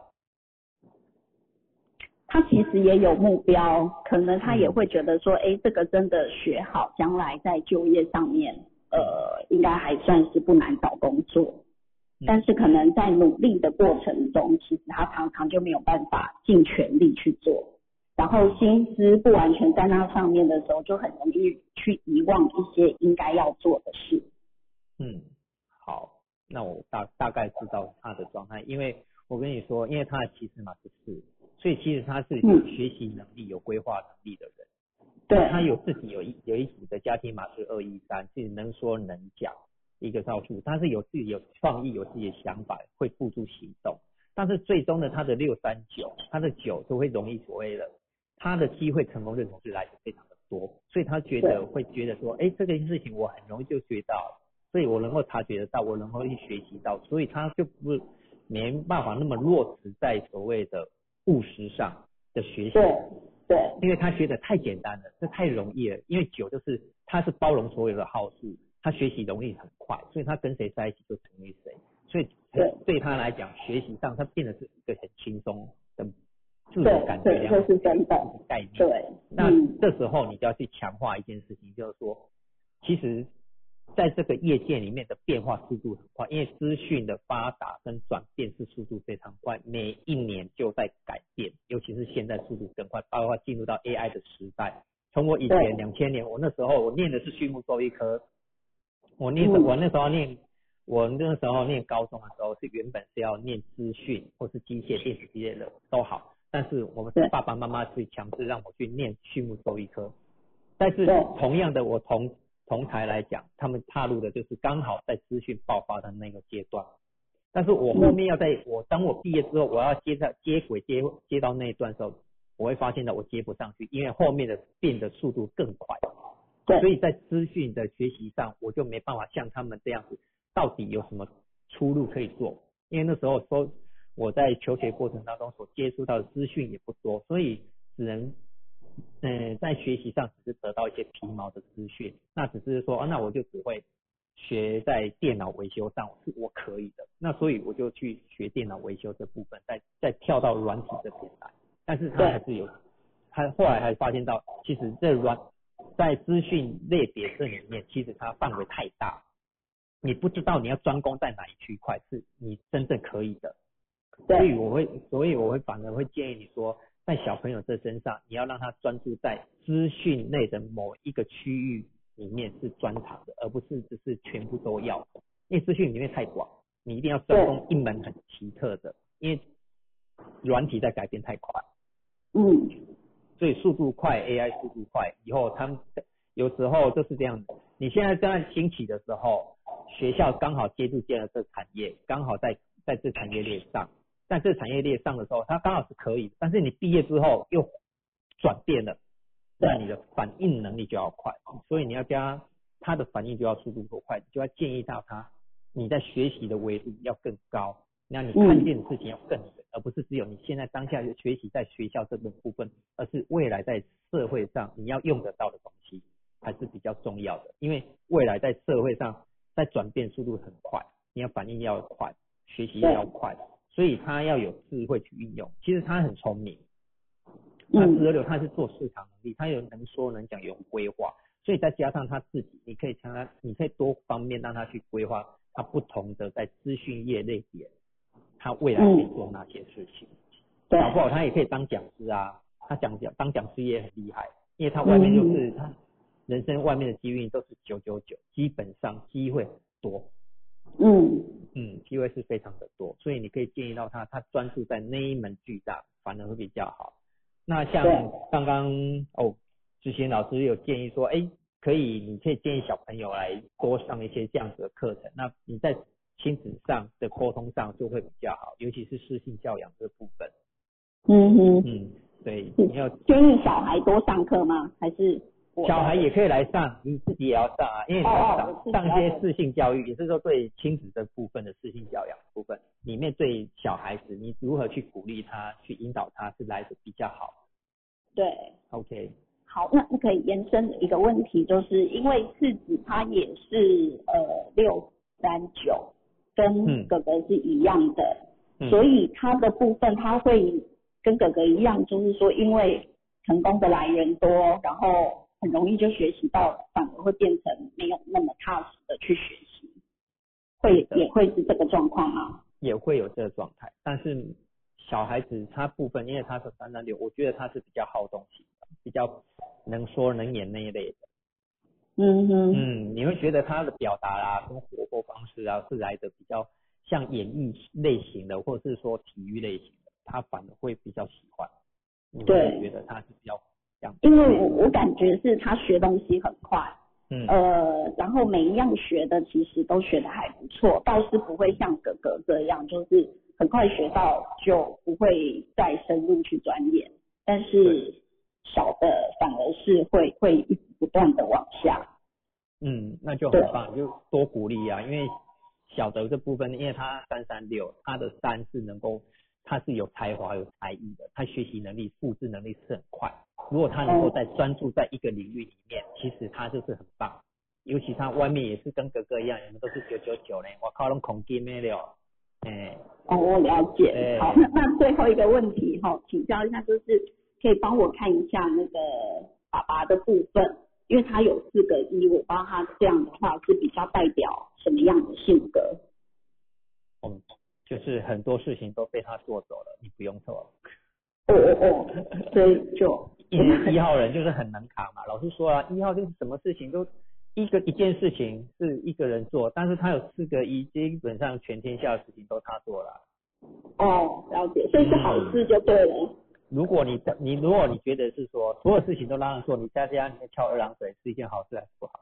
他其实也有目标，可能他也会觉得说，哎、嗯，这个真的学好，将来在就业上面，呃，应该还算是不难找工作。嗯、但是可能在努力的过程中，其实他常常就没有办法尽全力去做。然后心思不完全在那上面的时候，就很容易去遗忘一些应该要做的事。 嗯，好，那我大大概知道他的状态，因为我跟你说，因为他的起始码是四，所以其实他是有学习能力、嗯、有规划能力的人。对。他有自己有一有一组的家庭码是二一三，是能说能讲一个少数，他是有自己有创意、有自己的想法，会付诸行动。但是最终呢，他的六三九，他的九都会容易所谓的。他的机会成功认同是来的非常的多，所以他觉得会觉得说，哎，这个事情我很容易就学到，所以我能够察觉得到，我能够去学习到，所以他就不没办法那么落实在所谓的务实上的学习。 对对， 因为他学的太简单了，这太容易了。因为九就是他是包容所有的号数，他学习容易很快，所以他跟谁在一起就成为谁，所以对对他来讲，学习上他变得是一个很轻松的。自我感觉良好， 这是真的概念。 对， 那这时候你就要去强化一件事情，就是说，其实在这个业界里面的变化速度很快，因为资讯的发达跟转变是速度非常快，每一年就在改变，尤其是现在速度更快，包括进入到 A I 的时代。从我以前两千年，我那时候我念的是畜牧兽医科，我念、嗯、我那时候念。我那时候念高中的时候，是原本是要念资讯或是机械、电子机械的都好，但是我们爸爸妈妈是强制让我去念畜牧兽医科。但是同样的，我同同台来讲，他们踏入的就是刚好在资讯爆发的那个阶段。但是我后面要在我当我毕业之后，我要接在接轨接接到那一段的时候， 我会发现到我接不上去，因为后面的变的速度更快。 对， 所以在资讯的学习上，我就没办法像他们这样子，到底有什么出路可以做？因为那时候说我在求学过程当中所接触到的资讯也不多，所以只能，嗯，在学习上只是得到一些皮毛的资讯，那只是说，啊，那我就只会学在电脑维修上是我可以的，那所以我就去学电脑维修这部分，再再跳到软体这边来，但是他还是有，他后来还发现到，其实这软在资讯类别这里面，其实它范围太大，你不知道你要专攻在哪一区块是你真正可以的，所以我会，所以我会反而会建议你说，在小朋友这身上，你要让他专注在资讯类的某一个区域里面是专长的，而不是只是全部都要的，因为资讯里面太广，你一定要专攻一门很奇特的，因为软体在改变太快， 嗯， 所以速度快 ，A I 速度快，以后他们有时候就是这样子，你现在正在兴起的时候，学校刚好接触进了这产业，刚好在在这产业链上，在这产业链上的时候，它刚好是可以，但是你毕业之后又转变了，那你的反应能力就要快，所以你要加他的反应就要速度够快，就要建议到他，你在学习的维度要更高，那你看见的事情要更远，而不是只有你现在当下就学习在学校这个部分，而是未来在社会上你要用得到的东西还是比较重要的，因为未来在社会上在转变速度很快，你要反应要快，学习要快，所以他要有智慧去运用。其实他很聪明，他十二六他是做市场能力，他有能说能讲有规划，所以再加上他自己，你可以让他，你可以多方面让他去规划他不同的在资讯业类别，他未来可以做哪些事情。搞不好他也可以当讲师啊，他讲讲当讲师也很厉害，因为他外面就是他人生外面的机遇都是九九九，基本上机会很多。 嗯嗯，机会是非常的多，所以你可以建议到他，他专注在那一门巨大，反而会比较好。那像刚刚哦，之前老师有建议说，哎，可以，你可以建议小朋友来多上一些这样子的课程。那你在亲子上的沟通上就会比较好，尤其是适性教养这部分。 嗯哼， 嗯，对，你要建议小孩多上课吗？还是？ 小孩也可以来上，你自己也要上啊，因为你要上、哦、上一些适性教育，也就是说对亲子这部分的适性教养部分里面，对小孩子你如何去鼓励他，去引导他是来的比较好。 对 ，OK。 好，那可以延伸的一个问题，就是因为次子他也是呃六三九，跟哥哥是一样的、嗯，所以他的部分他会跟哥哥一样，就是说因为成功的来源多，然后很容易就学习到，反而会变成没有那么踏实的去学习，会也会是这个状况吗？ 也会有这个状态，但是小孩子他部分，因为他是三三六，我觉得他是比较好动型的，比较能说能演那一类的。 嗯哼， 嗯，你会觉得他的表达啦，跟活泼方式啊，是来的比较像演艺类型的，或者是说体育类型的，他反而会比较喜欢。你会觉得他是比较。 因为我我感觉是他学东西很快， 嗯， 呃，然后每一样学的其实都学的还不错，倒是不会像哥哥这样，就是很快学到就不会再深入去钻研，但是小的反而是会会一直不断的往下。 嗯，那就很棒，就多鼓励啊，因为小的这部分，因为他三三六，他的三是能够，他是有才华有才艺的，他学习能力、复制能力是很快。如果他能够在专注在一个领域里面，其实他就是很棒。尤其他外面也是跟哥哥一样，你们都是九九九呢，我靠，拢恐金的了。哎， 哦，我了解。好，那那最后一个问题哈、哦，请教一下，就是可以帮我看一下那个爸爸的部分，因为他有四个一，我帮他这样的话是比较代表什么样的性格？ 嗯，就是很多事情都被他做走了，你不用做了。 哦哦哦，所以就因为一号人就是很能扛嘛，老师说啊，一号就是什么事情都一个一件事情是一个人做，但是他有四个一，基本上全天下的事情都他做了。 哦，了解，所以是好事就对了。嗯、 如果你你如果你觉得是说所有事情都让人做，你在家里面跳二郎腿是一件好事还是不好？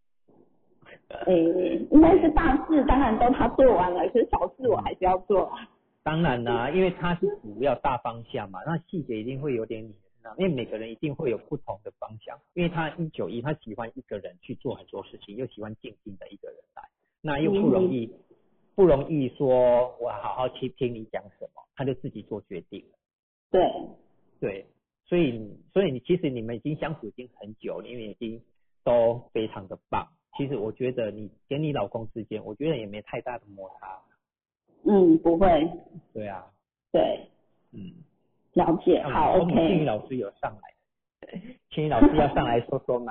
诶，应该是大事当然都他做完了，可是小事我还是要做啊。 当然啦、啊，因为它是主要大方向嘛，那细节一定会有点你的啊，因为每个人一定会有不同的方向，因为他一九一他喜欢一个人去做很多事情，又喜欢静静的一个人来，那又不容易、嗯、不容易说我好好去听你讲什么，他就自己做决定了。 对对，所以所以你其实你们已经相处已经很久，你们已经都非常的棒。其实我觉得你跟你老公之间，我觉得也没太大的摩擦。 嗯，不会。 对啊。 对， 嗯， 了解。好 ，OK。 庆宇老师有上来，庆宇老师要上来说说吗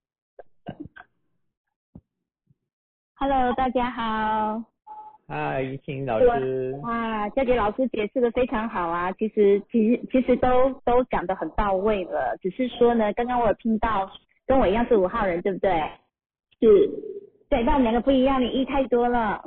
？Hello， 大家好。 嗨，庆宇老师。 哇，佳杰老师解释的非常好啊，其实其实其实都都讲得很到位了，只是说呢，刚刚我有听到跟我一样是五号人，对不对？ 是。 对，但我们两个不一样，你一太多了。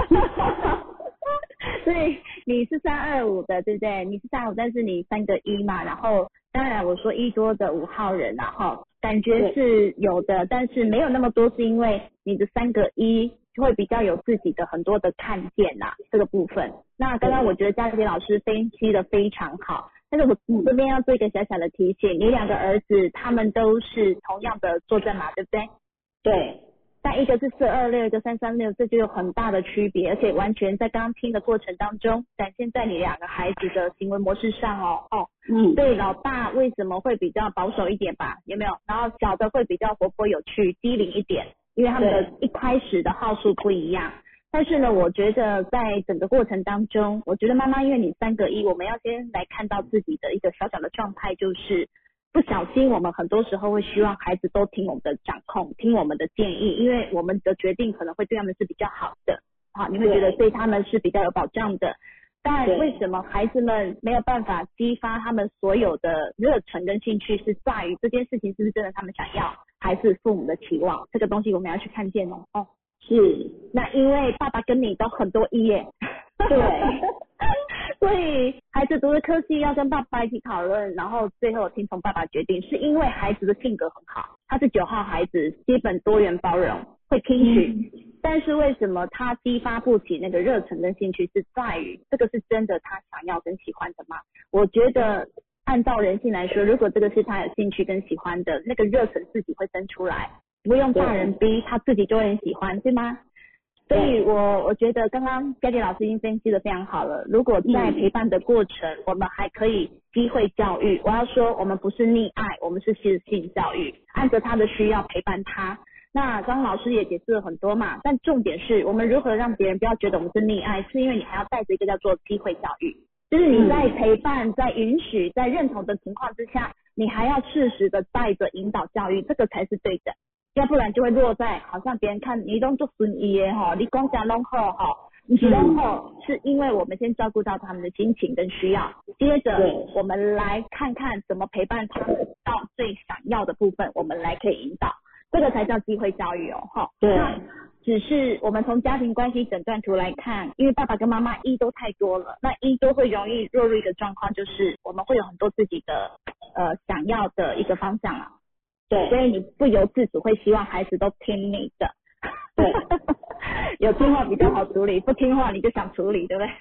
所以你是三二五的，对不对？你是三五，但是你三个一嘛，然后当然我说一多的五号人然后感觉是有的，但是没有那么多，是因为你的三个一会比较有自己的很多的看见呐、啊，这个部分。那刚刚我觉得嘉玲老师分析的非常好，但是我这边要做一个小小的提醒，你两个儿子他们都是同样的坐镇嘛，对不对？ 对。 但一个是四二六，一个三三六，这就有很大的区别，而且完全在刚刚听的过程当中，展现在你两个孩子的行为模式上哦。哦， 嗯， 对，老大为什么会比较保守一点吧？有没有？然后小的会比较活泼有趣、机灵一点，因为他们的一开始的号数不一样。但是呢，我觉得在整个过程当中，我觉得妈妈因为你三个一，我们要先来看到自己的一个小小的状态，就是。不小心我们很多时候会希望孩子都听我们的掌控，听我们的建议，因为我们的决定可能会对他们是比较好的，好，你会觉得对他们是比较有保障的。但为什么孩子们没有办法激发他们所有的热忱跟兴趣，是在于这件事情是不是真的他们想要，还是父母的期望？这个东西我们要去看见哦。哦， 是。 那因为爸爸跟你都很多一耶。 对。 所以孩子读的科系要跟爸爸一起讨论，然后最后听从爸爸决定，是因为孩子的性格很好，他是九号孩子，基本多元包容，会听取、嗯、但是为什么他激发不起那个热忱跟兴趣，是在于这个是真的他想要跟喜欢的吗？我觉得按照人性来说，如果这个是他有兴趣跟喜欢的，那个热忱自己会生出来，不用大人逼，他自己就会很喜欢，对吗？所以我我觉得刚刚佳杰老师已经分析的非常好了，如果在陪伴的过程、嗯、我们还可以机会教育，我要说我们不是溺爱，我们是适性教育，按着他的需要陪伴他。那刚刚老师也解释了很多嘛，但重点是我们如何让别人不要觉得我们是溺爱，是因为你还要带着一个叫做机会教育，就是你在陪伴、在允许、在认同的情况之下，你还要适时的带着引导教育，这个才是对的。要不然就会落在好像别人看你都做顺意的吼，你讲啥拢好吼，不是拢好，是因为我们先照顾到他们的心情跟需要，接着我们来看看怎么陪伴他们到最想要的部分，我们来可以引导，这个才叫机会教育哦，哈。 对。 只是我们从家庭关系诊断图来看，因为爸爸跟妈妈一都太多了，那一都会容易落入一个状况，就是我们会有很多自己的呃想要的一个方向啊。 对， 所以你不由自主会希望孩子都听你的。 对， 有听话比较好处理，不听话你就想处理，对不对？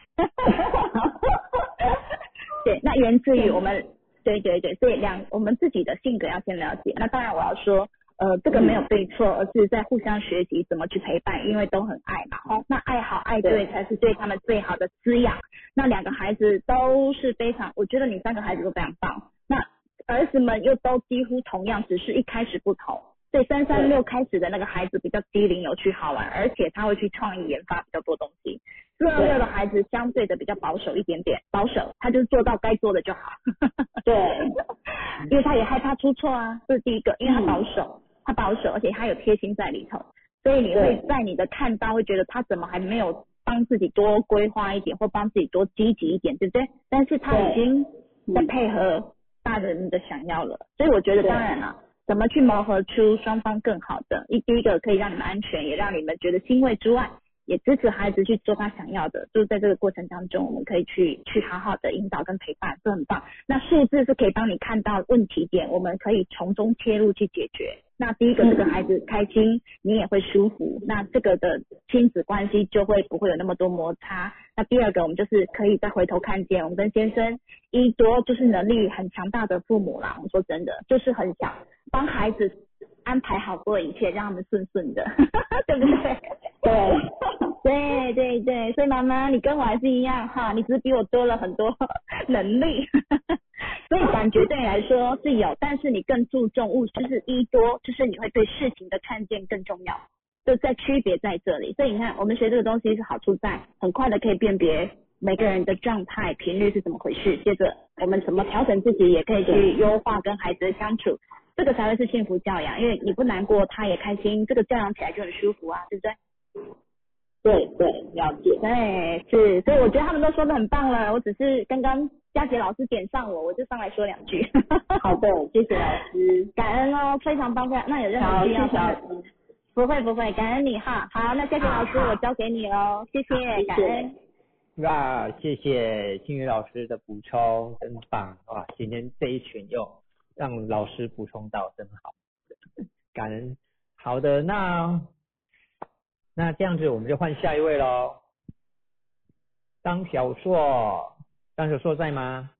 对，那源自于我们，对对对，所以两我们自己的性格要先了解。那当然我要说，呃，这个没有对错，而是在互相学习怎么去陪伴，因为都很爱嘛。哦，那爱好爱对才是对他们最好的滋养。那两个孩子都是非常，我觉得你三个孩子都非常棒。那儿子们又都几乎同样，只是一开始不同。所以三三六开始的那个孩子比较机灵有趣好玩，而且他会去创意研发比较多东西。四二六的孩子相对的比较保守一点点，保守，他就是做到该做的就好。 对， 因为他也害怕出错啊，这是第一个，因为他保守，他保守，而且他有贴心在里头，所以你会在你的看到会觉得他怎么还没有帮自己多规划一点，或帮自己多积极一点，对不对？但是他已经在配合大人的想要了，所以我觉得当然了。怎么去磨合出双方更好的？一第一个可以让你们安全，也让你们觉得欣慰之外， 也支持孩子去做他想要的，就是在这个过程当中，我们可以去去好好的引导跟陪伴，这很棒。那数字是可以帮你看到问题点，我们可以从中切入去解决。那第一个，这个孩子开心，你也会舒服，那这个的亲子关系就会不会有那么多摩擦。那第二个，我们就是可以再回头看见，我们跟先生一多就是能力很强大的父母啦。我说真的，就是很想帮孩子安排好所有一切，让他们顺顺的，对不对？对，对对对，所以妈妈，你跟我还是一样哈，你只是比我多了很多能力，所以感觉对你来说是有，但是你更注重物，就是一多，就是你会对事情的看见更重要，就在区别在这里。所以你看，我们学这个东西是好处在很快的可以辨别每个人的状态频率是怎么回事，接着我们怎么调整自己，也可以去优化跟孩子的相处，这个才会是幸福教养。因为你不难过，他也开心，这个教养起来就很舒服啊，对不对？ 对对，了解。 对，是，所以我觉得他们都说的很棒了，我只是刚刚佳杰老师点上我，我就上来说两句。 好的，谢谢老师， 感恩哦，非常棒。那有任何需要的， 老师不会不会，感恩你哈。好，那佳杰老师我交给你喽，谢谢，感恩。 那谢谢新宇老师的补充，真棒哇！今天这一群又让老师补充到，真好，感恩。好的，那那这样子我们就换下一位喽。张小硕，张小硕在吗？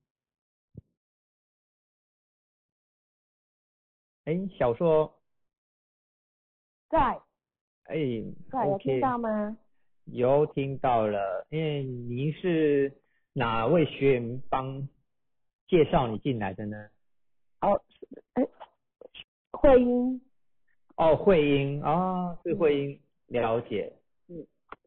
哎，小硕在， 哎， 在，有听到吗？ 有听到了，因为您是哪位学员帮介绍你进来的呢？ 哦，哎，慧英。 哦，慧英，哦，是慧英，了解。 嗯。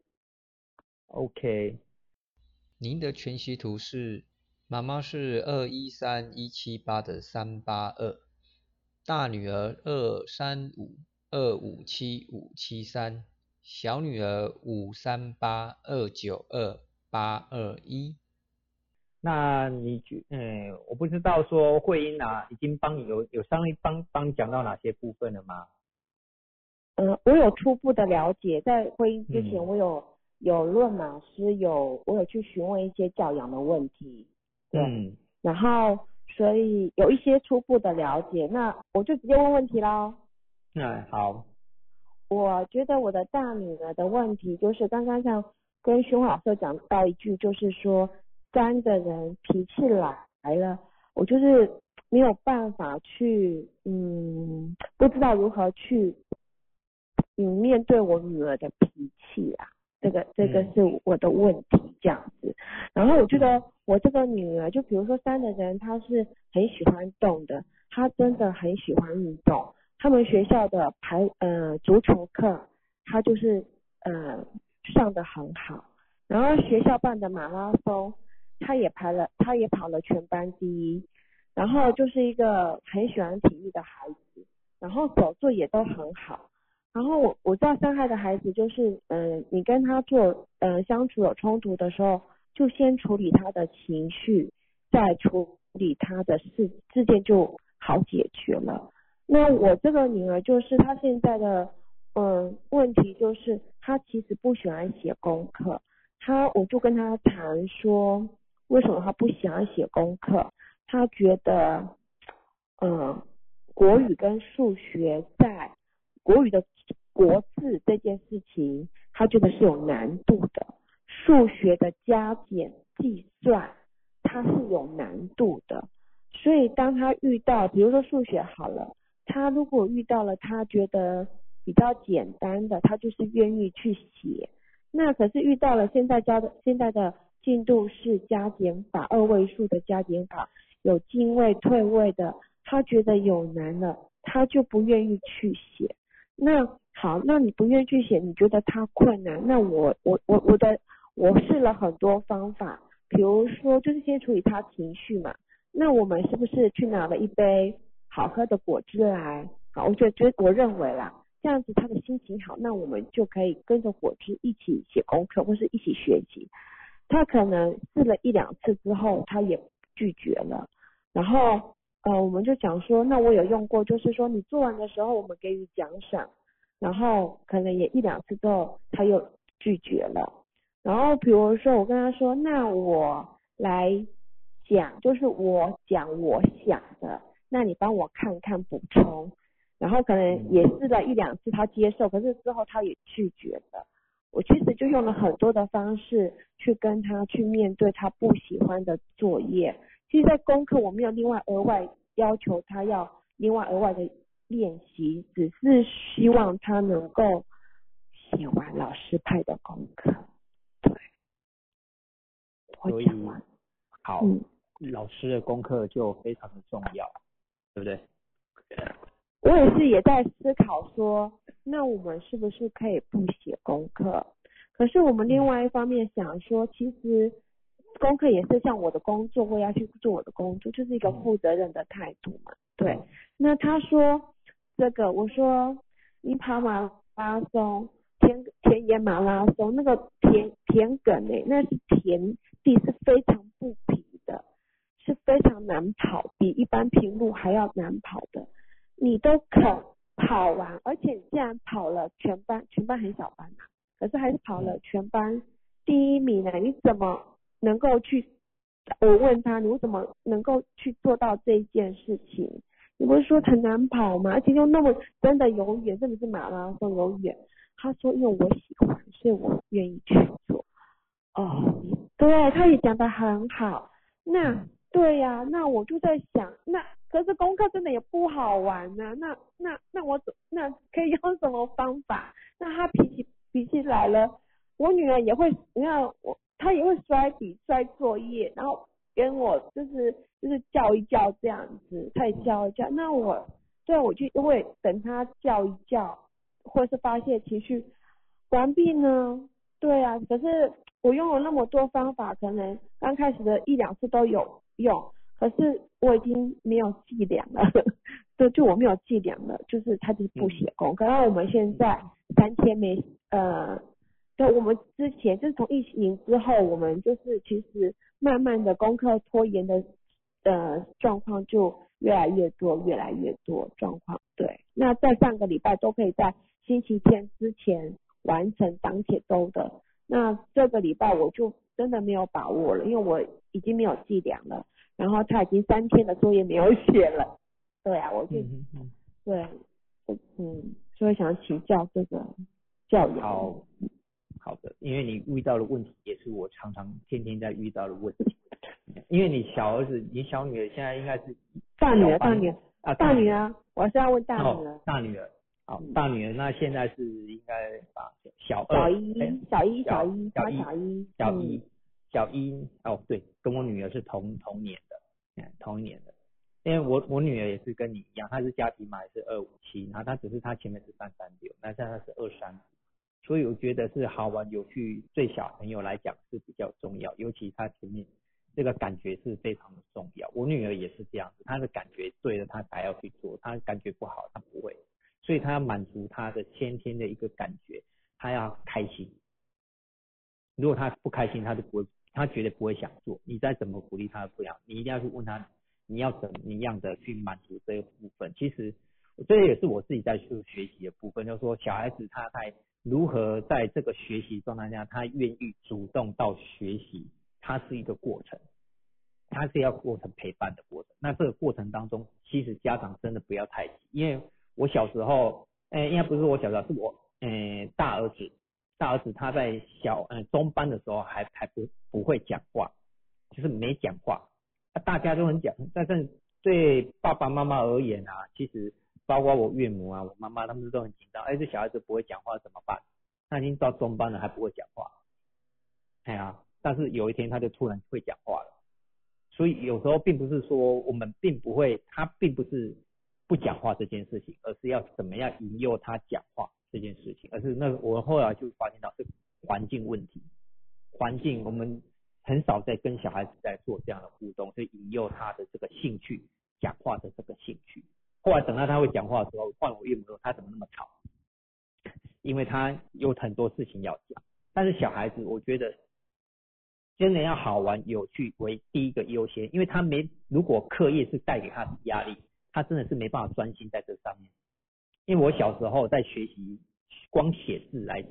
OK。 您的全息图是妈妈是二一三一七八的三八二，大女儿二三五二五七五七三，小女儿五三八二九二八二一。 那你嗯，我不知道说慧英啊，已经帮你有有上一帮帮你讲到哪些部分了吗？ 呃，我有初步的了解，在会议之前我有、嗯、有论老师有我有去询问一些教养的问题，对，嗯、然后所以有一些初步的了解，那我就直接问问题咯。 嗯，好。 我觉得我的大女儿的问题就是刚刚像跟熊老师讲到一句，就是说三的人脾气来了，我就是没有办法去，嗯，不知道如何去。你面对我女儿的脾气啊，这个这个是我的问题这样子。然后我觉得我这个女儿，就比如说三的人，她是很喜欢动的，她真的很喜欢运动。他们学校的排呃足球课，她就是呃上得很好。然后学校办的马拉松，她也排了，她也跑了全班第一。然后就是一个很喜欢体育的孩子，然后手作也都很好。然后我我知道伤害的孩子就是，嗯、呃，你跟他做呃相处有冲突的时候，就先处理他的情绪，再处理他的事事件就好解决了。那我这个女儿就是她现在的嗯、呃、问题就是她其实不喜欢写功课，她我就跟她谈说为什么她不喜欢写功课，她觉得嗯、呃、国语跟数学在国语的国字这件事情，他觉得是有难度的。数学的加减计算，它是有难度的。所以当他遇到，比如说数学好了，他如果遇到了他觉得比较简单的，他就是愿意去写。那可是遇到了现在教的现在的进度是加减法，二位数的加减法，有进位退位的，他觉得有难了，他就不愿意去写。那好，那你不愿意去写，你觉得他困难，那我我我我的我试了很多方法，比如说就是先处理他情绪嘛，那我们是不是去拿了一杯好喝的果汁来，好，我觉得我认为啦，这样子他的心情好，那我们就可以跟着果汁一起写功课或是一起学习。他可能试了一两次之后他也拒绝了，然后呃，我们就讲说，那我有用过，就是说你做完的时候，我们给予奖赏，然后可能也一两次之后，他又拒绝了。然后比如说我跟他说，那我来讲，就是我讲我想的，那你帮我看看补充。然后可能也试了一两次他接受，可是之后他也拒绝了。我其实就用了很多的方式去跟他去面对他不喜欢的作业。其实在功课我没有另外额外要求他要另外额外的练习，只是希望他能够写完老师派的功课。对， 所以好、嗯，老师的功课就非常的重要，对不对？ 我也是也在思考说，那我们是不是可以不写功课？可是我们另外一方面想说，其实功课也是像我的工作，我也要去做我的工作，就是一个负责任的态度嘛。对。那他说这个，我说你跑马拉松，田田野马拉松，那个田田埂诶，那是田地是非常不平的，是非常难跑，比一般平路还要难跑的。你都肯跑完，而且你竟然跑了全班，全班很小班啊，可是还是跑了全班第一名呢，你怎么能够去？我问他，你为什么能够去做到这一件事情？你不是说很难跑吗？而且又那么真的有远，真的是马拉松有远。他说，因为我喜欢，所以我愿意去做。哦，对，他也讲得很好。那对呀、啊，那我就在想，那可是功课真的也不好玩呢、啊。那那那我怎那可以用什么方法？那他脾气脾气来了，我女儿也会，你看我，她也会摔笔摔作业，然后跟我就是就是叫一叫这样子，她也叫一叫。那我对我就会等她叫一叫，或是发泄情绪完毕呢。对啊，可是我用了那么多方法，可能刚开始的一两次都有用，可是我已经没有伎俩了，对，就我没有伎俩了，就是他就是不写功课。然后我们现在三天没呃，对，我们之前就是从疫情之后，我们就是其实慢慢的功课拖延的呃状况就越来越多，越来越多状况。对，那在上个礼拜都可以在星期天之前完成当铁周的，那这个礼拜我就真的没有把握了，因为我已经没有计量了，然后他已经三天的作业没有写了。对啊，我就、嗯嗯、对，嗯，所以想请教这个教育。 好，好的，因为你遇到的问题也是我常常天天在遇到的问题。因为你小儿子，你小女儿现在应该是大女儿，大女儿啊， 大女儿，我是要问大女儿， 哦、大女儿。好，大女儿那现在是应该把小二、小一、小一、 小一、小一、小一、 小一、小一哦，对，跟我女儿是同同年的，嗯，同一年的。因为我我女儿也是跟你一样，她是家庭码是二五七，然后她只是她前面是三三六，那现在是二三，所以我觉得是好玩有趣，对小朋友来讲是比较重要，尤其她前面这个感觉是非常的重要。我女儿也是这样子，她的感觉对了，她才要去做，她感觉不好，她不会。所以他要满足他的先天的一个感觉，他要开心。如果他不开心，他就不会，他绝对不会想做。你再怎么鼓励他不要，你一定要去问他，你要怎么样的去满足这个部分。其实这也是我自己在去学习的部分，就是说小孩子他在如何在这个学习状态下，他愿意主动到学习，它是一个过程，它是要过程陪伴的过程。那这个过程当中，其实家长真的不要太急，因为我小时候，呃，应该不是我小时候，是我，呃，大儿子，大儿子他在小，呃，中班的时候还还不不会讲话，就是没讲话，啊、大家都很讲，但是对爸爸妈妈而言啊，其实包括我岳母啊，我妈妈他们都很紧张，哎，这小孩子不会讲话怎么办？他已经到中班了还不会讲话，哎呀，但是有一天他就突然会讲话了，所以有时候并不是说我们并不会，他并不是不讲话这件事情，而是要怎么样引诱他讲话这件事情，而是那我后来就发现到是环境问题，环境我们很少在跟小孩子在做这样的互动，所以引诱他的这个兴趣，讲话的这个兴趣。后来等到他会讲话的时候，换我岳母说他怎么那么吵，因为他有很多事情要讲。但是小孩子我觉得真的要好玩有趣为第一个优先，因为他没如果课业是带给他的压力，他真的是没办法专心在这上面。因为我小时候在学习光写字来讲，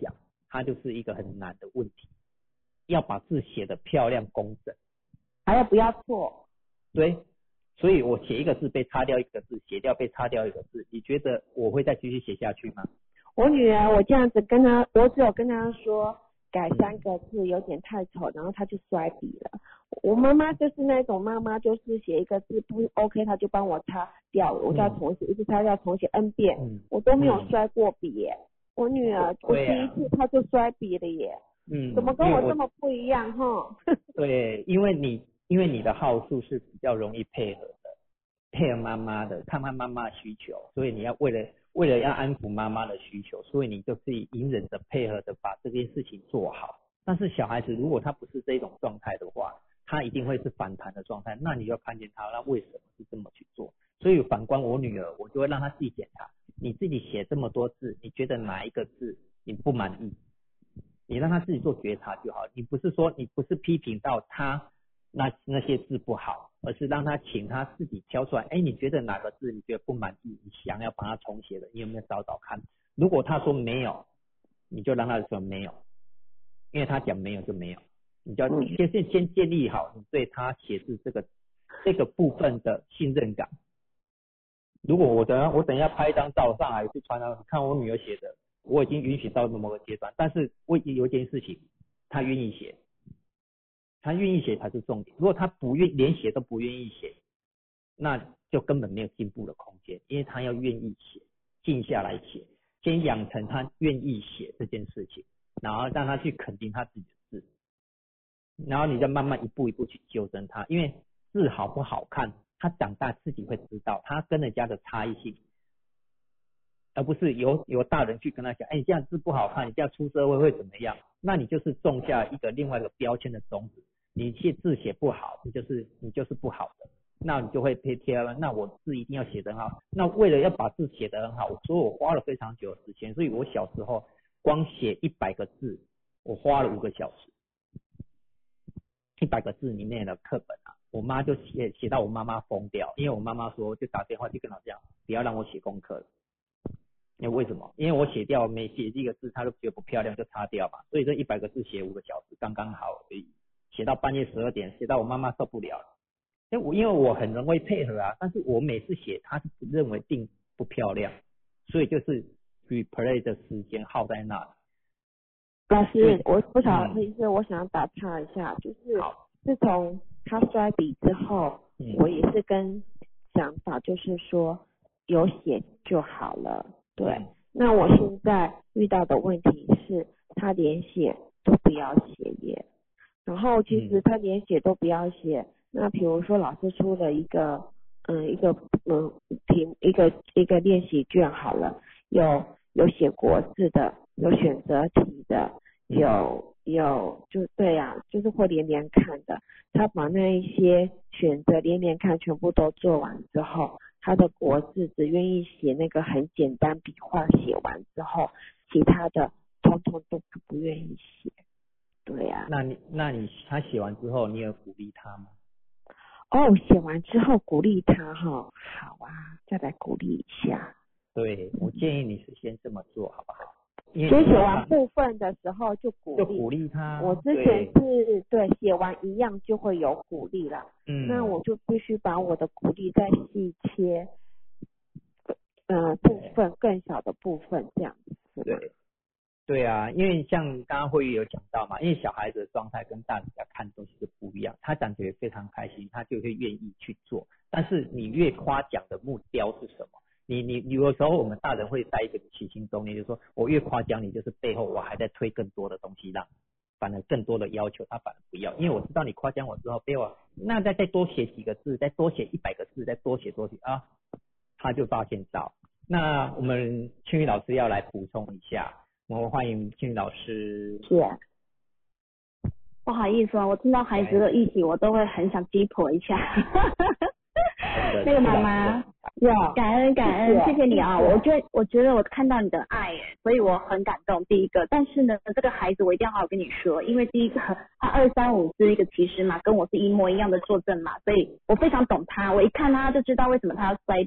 它就是一个很难的问题，要把字写得漂亮工整， 还要不要错？ 对，所以我写一个字被擦掉一个字，写掉被擦掉一个字，你觉得我会再继续写下去吗？ 我女儿我这样子跟她，我只有跟她说改三个字有点太丑，然后她就摔笔了。我妈妈就是那种妈妈，就是写一个字不 OK， 她就帮我擦掉了，我就要重写，一直擦掉重写 N 遍， 嗯、 我都没有摔过笔耶。嗯、我女儿我第一次她就摔笔了耶， 嗯， 怎么跟我这么不一样哈？ 对，因为你因为你的号数是比较容易配合的，配合妈妈的，看看妈妈的需求，所以你要为了为了要安抚妈妈的需求，所以你就可以隐忍着配合的把这件事情做好。但是小孩子如果他不是这种状态的话，他一定会是反弹的状态，那你就要看见他，那为什么是这么去做？所以反观我女儿，我就会让她自己检查，你自己写这么多字，你觉得哪一个字你不满意？你让她自己做觉察就好。你不是说你不是批评到她那那些字不好，而是让她请她自己挑出来，哎，你觉得哪个字你觉得不满意？你想要帮她重写的，你有没有找找看？如果她说没有，你就让她说没有，因为她讲没有就没有。你就要先先先建立好你对他写字这个这个部分的信任感。如果我等下我等一下拍一张照上来去传达，看我女儿写的，我已经允许到某个阶段，但是我有一件事情，她愿意写，她愿意写才是重点。如果她不愿连写都不愿意写，那就根本没有进步的空间，因为她要愿意写，静下来写，先养成她愿意写这件事情，然后让她去肯定她自己的字。然后你再慢慢一步一步去纠正它，因为字好不好看，他长大自己会知道，他跟人家的差异性，而不是由由大人去跟他讲，哎，你这样字不好看，你这样出社会会怎么样？那你就是种下一个另外一个标签的种子，你写字写不好，你就是你就是不好的，那你就会被贴了。那我字一定要写得很好，那为了要把字写得很好，所以我花了非常久的时间，所以我小时候光写一百个字，我花了五个小时。一百个字里面的课本啊，我妈就写写到我妈妈疯掉，因为我妈妈说就打电话去跟老师讲，不要让我写功课了。因为为什么？因为我写掉每写一个字，她都觉得不漂亮就擦掉嘛，所以这一百个字写五个小时刚刚好而已，写到半夜十二点，写到我妈妈受不了了。因为我因为我很容易配合啊，但是我每次写她是不认为定不漂亮，所以就是 replay 的时间耗在那里。 老师，我不晓得意思，我想要打岔一下，就是自从他摔笔之后，嗯、我也是跟想法就是说有写就好了，对。嗯、那我现在遇到的问题是，他连写都不要写耶。然后其实他连写都不要写，嗯、那比如说老师出了一个嗯一个嗯题一个一个练习卷好了，有有写国字的，有选择题的。有有就对啊，就是会连连看的。他把那一些选择连连看全部都做完之后，他的国字只愿意写那个很简单笔画，写完之后，其他的通通都不愿意写。对啊。 那你那你他写完之后，你有鼓励他吗？ 哦，写完之后鼓励他哈，好啊，再来鼓励一下。 对，我建议你是先这么做，好不好？ 先写完部分的时候就鼓励， 就鼓励他。 我之前是 对, 对写完一样就会有鼓励了， 嗯， 那我就必须把我的鼓励再细切，呃部分更小的部分这样子。 对，对啊，因为像刚刚慧玉有讲到嘛，因为小孩子的状态跟大人家看东西是不一样，他感觉非常开心，他就会愿意去做。但是你越夸奖的目标是什么？你你有时候我们大人会带一个起心动念，就是说我越夸奖你，就是背后我还在推更多的东西让，反而更多的要求他反而不要，因为我知道你夸奖我之后，背后那再再多写几个字，再多写一百个字，再多写多写啊，他就发现到。那我们庆玉老师要来补充一下，我们欢迎庆玉老师。 是啊。不好意思啊，我听到孩子的议题，我都会很想鸡婆一下。那个妈妈，感恩感恩，谢谢你啊！我觉得我觉得我看到你的爱，所以我很感动。第一个，但是呢，这个孩子我一定要好好跟你说，因为第一个他二三五是一个骑士嘛，跟我是一模一样的坐镇嘛，所以我非常懂他。我一看他就知道为什么他要摔笔。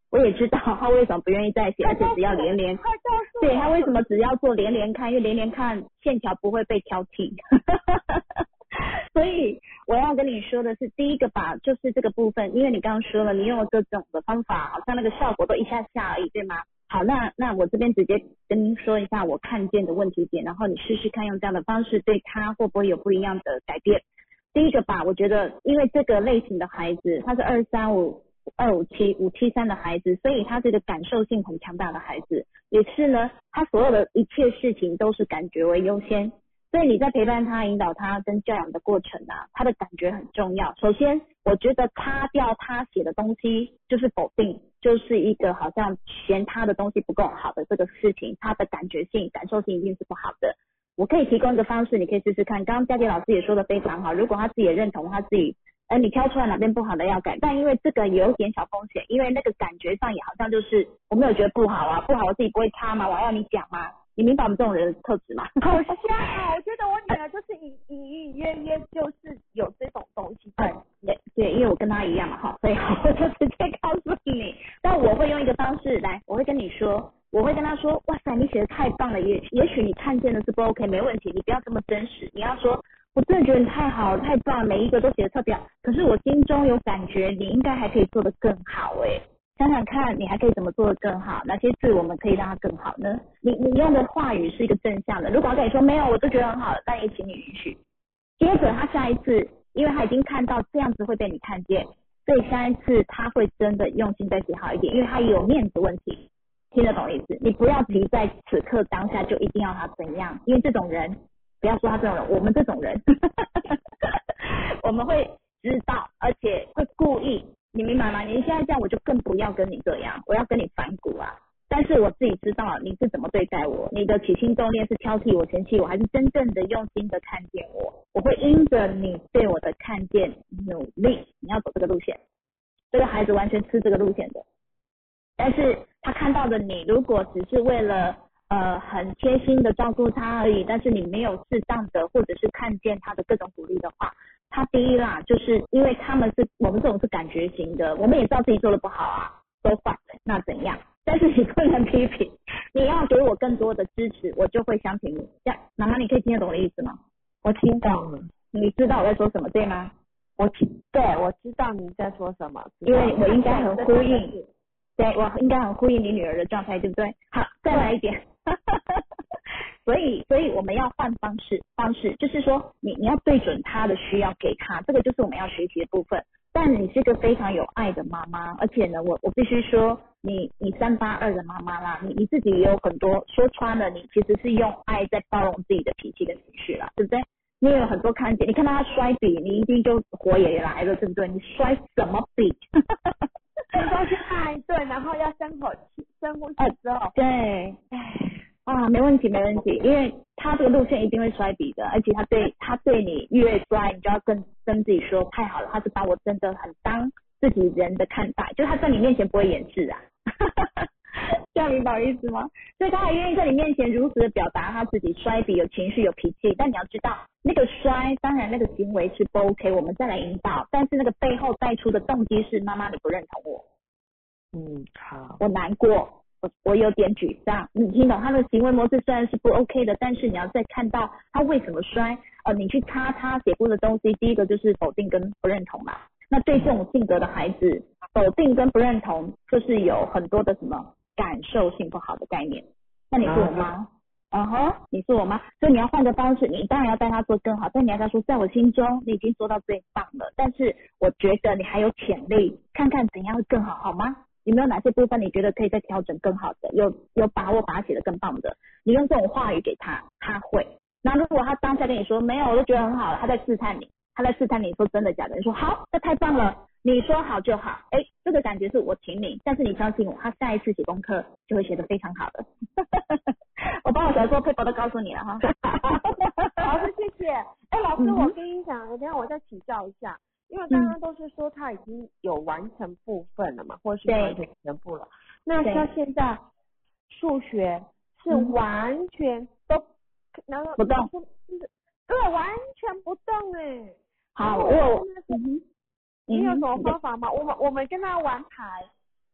我也知道他为什么不愿意在一起，而且只要连连，对他为什么只要做连连看，因为连连看线条不会被挑剔。所以我要跟你说的是，第一个吧，就是这个部分，因为你刚刚说了，你用了各种的方法，好像那个效果都一下下而已，对吗？好，那那我这边直接跟您说一下我看见的问题点，然后你试试看用这样的方式对他会不会有不一样的改变。第一个吧，我觉得因为这个类型的孩子，他是二三五二五七五七三的孩子，所以他这个感受性很强大的孩子，也是呢，他所有的一切事情都是感觉为优先。所以你在陪伴他、引导他跟教养的过程啊，他的感觉很重要。首先，我觉得擦掉他写的东西就是否定，就是一个好像嫌他的东西不够好的这个事情，他的感觉性、感受性一定是不好的。我可以提供一个方式，你可以试试看。刚刚佳杰老师也说的非常好，如果他自己也认同，他自己，呃，你挑出来哪边不好的要改，但因为这个有点小风险，因为那个感觉上也好像就是我没有觉得不好啊，不好我自己不会擦吗？我要你讲吗？你明白我们这种人的特质吗？ 好像啊，我觉得我女儿就是隐隐隐约约就是有这种东西。 对对对，因为我跟她一样嘛哈，所以我就直接告诉你。但我会用一个方式来，我会跟你说，我会跟她说，哇塞，你写的太棒了，也也许你看见的是不 OK， 没问题，你不要这么真实，你要说，我真的觉得你太好了，太棒了，每一个都写的特别好，可是我心中有感觉，你应该还可以做得更好哎。想想看，你还可以怎么做得更好？哪些字我们可以让它更好呢？你你用的话语是一个正向的。如果他跟你说没有，我就觉得很好了，但也请你允许。接着他下一次，因为他已经看到这样子会被你看见，所以下一次他会真的用心再写好一点，因为他也有面子问题。听得懂意思？你不要急在此刻当下就一定要他怎样，因为这种人，不要说他这种人，我们这种人，我们会知道，而且会故意。你明白吗？你现在这样，我就更不要跟你这样，我要跟你反骨啊！但是我自己知道你是怎么对待我，你的起心动念是挑剔我、嫌弃我，还是真正的用心的看见我？我会因着你对我的看见努力，你要走这个路线。这个孩子完全吃这个路线的，但是他看到的你，如果只是为了呃很贴心的照顾他而已，但是你没有适当的或者是看见他的各种鼓励的话，他第一啦，就是因为他们是我们这种是感觉型的，我们也知道自己做的不好啊，都坏，那怎样？但是你不能批评，你要给我更多的支持，我就会相信你。这样，妈妈，你可以听得懂我的意思吗？ 我听懂了， 你知道我在说什么对吗？ 我听，对，我知道你在说什么， 因为我应该很呼应，对，我应该很呼应你女儿的状态，对不对？好，再来一点。所以，所以我们要换方式，方式就是说，你你要对准他的需要给他，这个就是我们要学习的部分。但你是个非常有爱的妈妈，而且呢，我我必须说，你你三八二的妈妈啦，你你自己也有很多说穿了，你其实是用爱在包容自己的脾气跟情绪啦，对不对？你也有很多看见，你看到他摔笔，你一定就火也来了，对不对？你摔什么笔？ 你都是爱，对，然后要深口气，深呼吸之后， 对，唉。啊，没问题，没问题，因为他这个路线一定会摔笔的，而且他对他对你越摔，你就要跟跟自己说，太好了，他是把我真的很当自己人的看待，就他在你面前不会掩饰啊，这样明白意思吗？所以他还愿意在你面前如此的表达他自己摔笔有情绪有脾气，但你要知道那个摔，当然那个行为是不 OK， 我们再来引导，但是那个背后带出的动机是妈妈你不认同我， 嗯，好， 我难过。我我有点沮丧，你听懂他的行为模式虽然是不 OK 的，但是你要再看到他为什么摔，呃，你去擦他写过的东西，第一个就是否定跟不认同嘛。那对这种性格的孩子，否定跟不认同就是有很多的什么感受性不好的概念。那你是我妈，嗯哼，你是我妈，所以你要换个方式，你当然要带他做更好，但你要跟他说，在我心中你已经做到最棒了，但是我觉得你还有潜力，看看怎样会更好，好吗？有没有哪些部分你觉得可以再调整更好的，有有把握把它写得更棒的，你用这种话语给他，他会。那如果他当下跟你说没有，我都觉得很好了，他在试探你，他在试探你说真的假的，你说好，这太棒了，你说好就好，哎，这个感觉是我挺你，但是你相信我，他下一次写功课就会写得非常好的。我把我小时候配包都告诉你了哈。 老师谢谢。哎，老师、嗯、我跟你讲，我等一下我再请教一下。因为刚刚都是说他已经有完成部分了嘛，或者是完成全部了。那像现在数学是完全都然后不动， 对，完全不动哎。 好，我你有什么方法吗？我们我们跟他玩牌，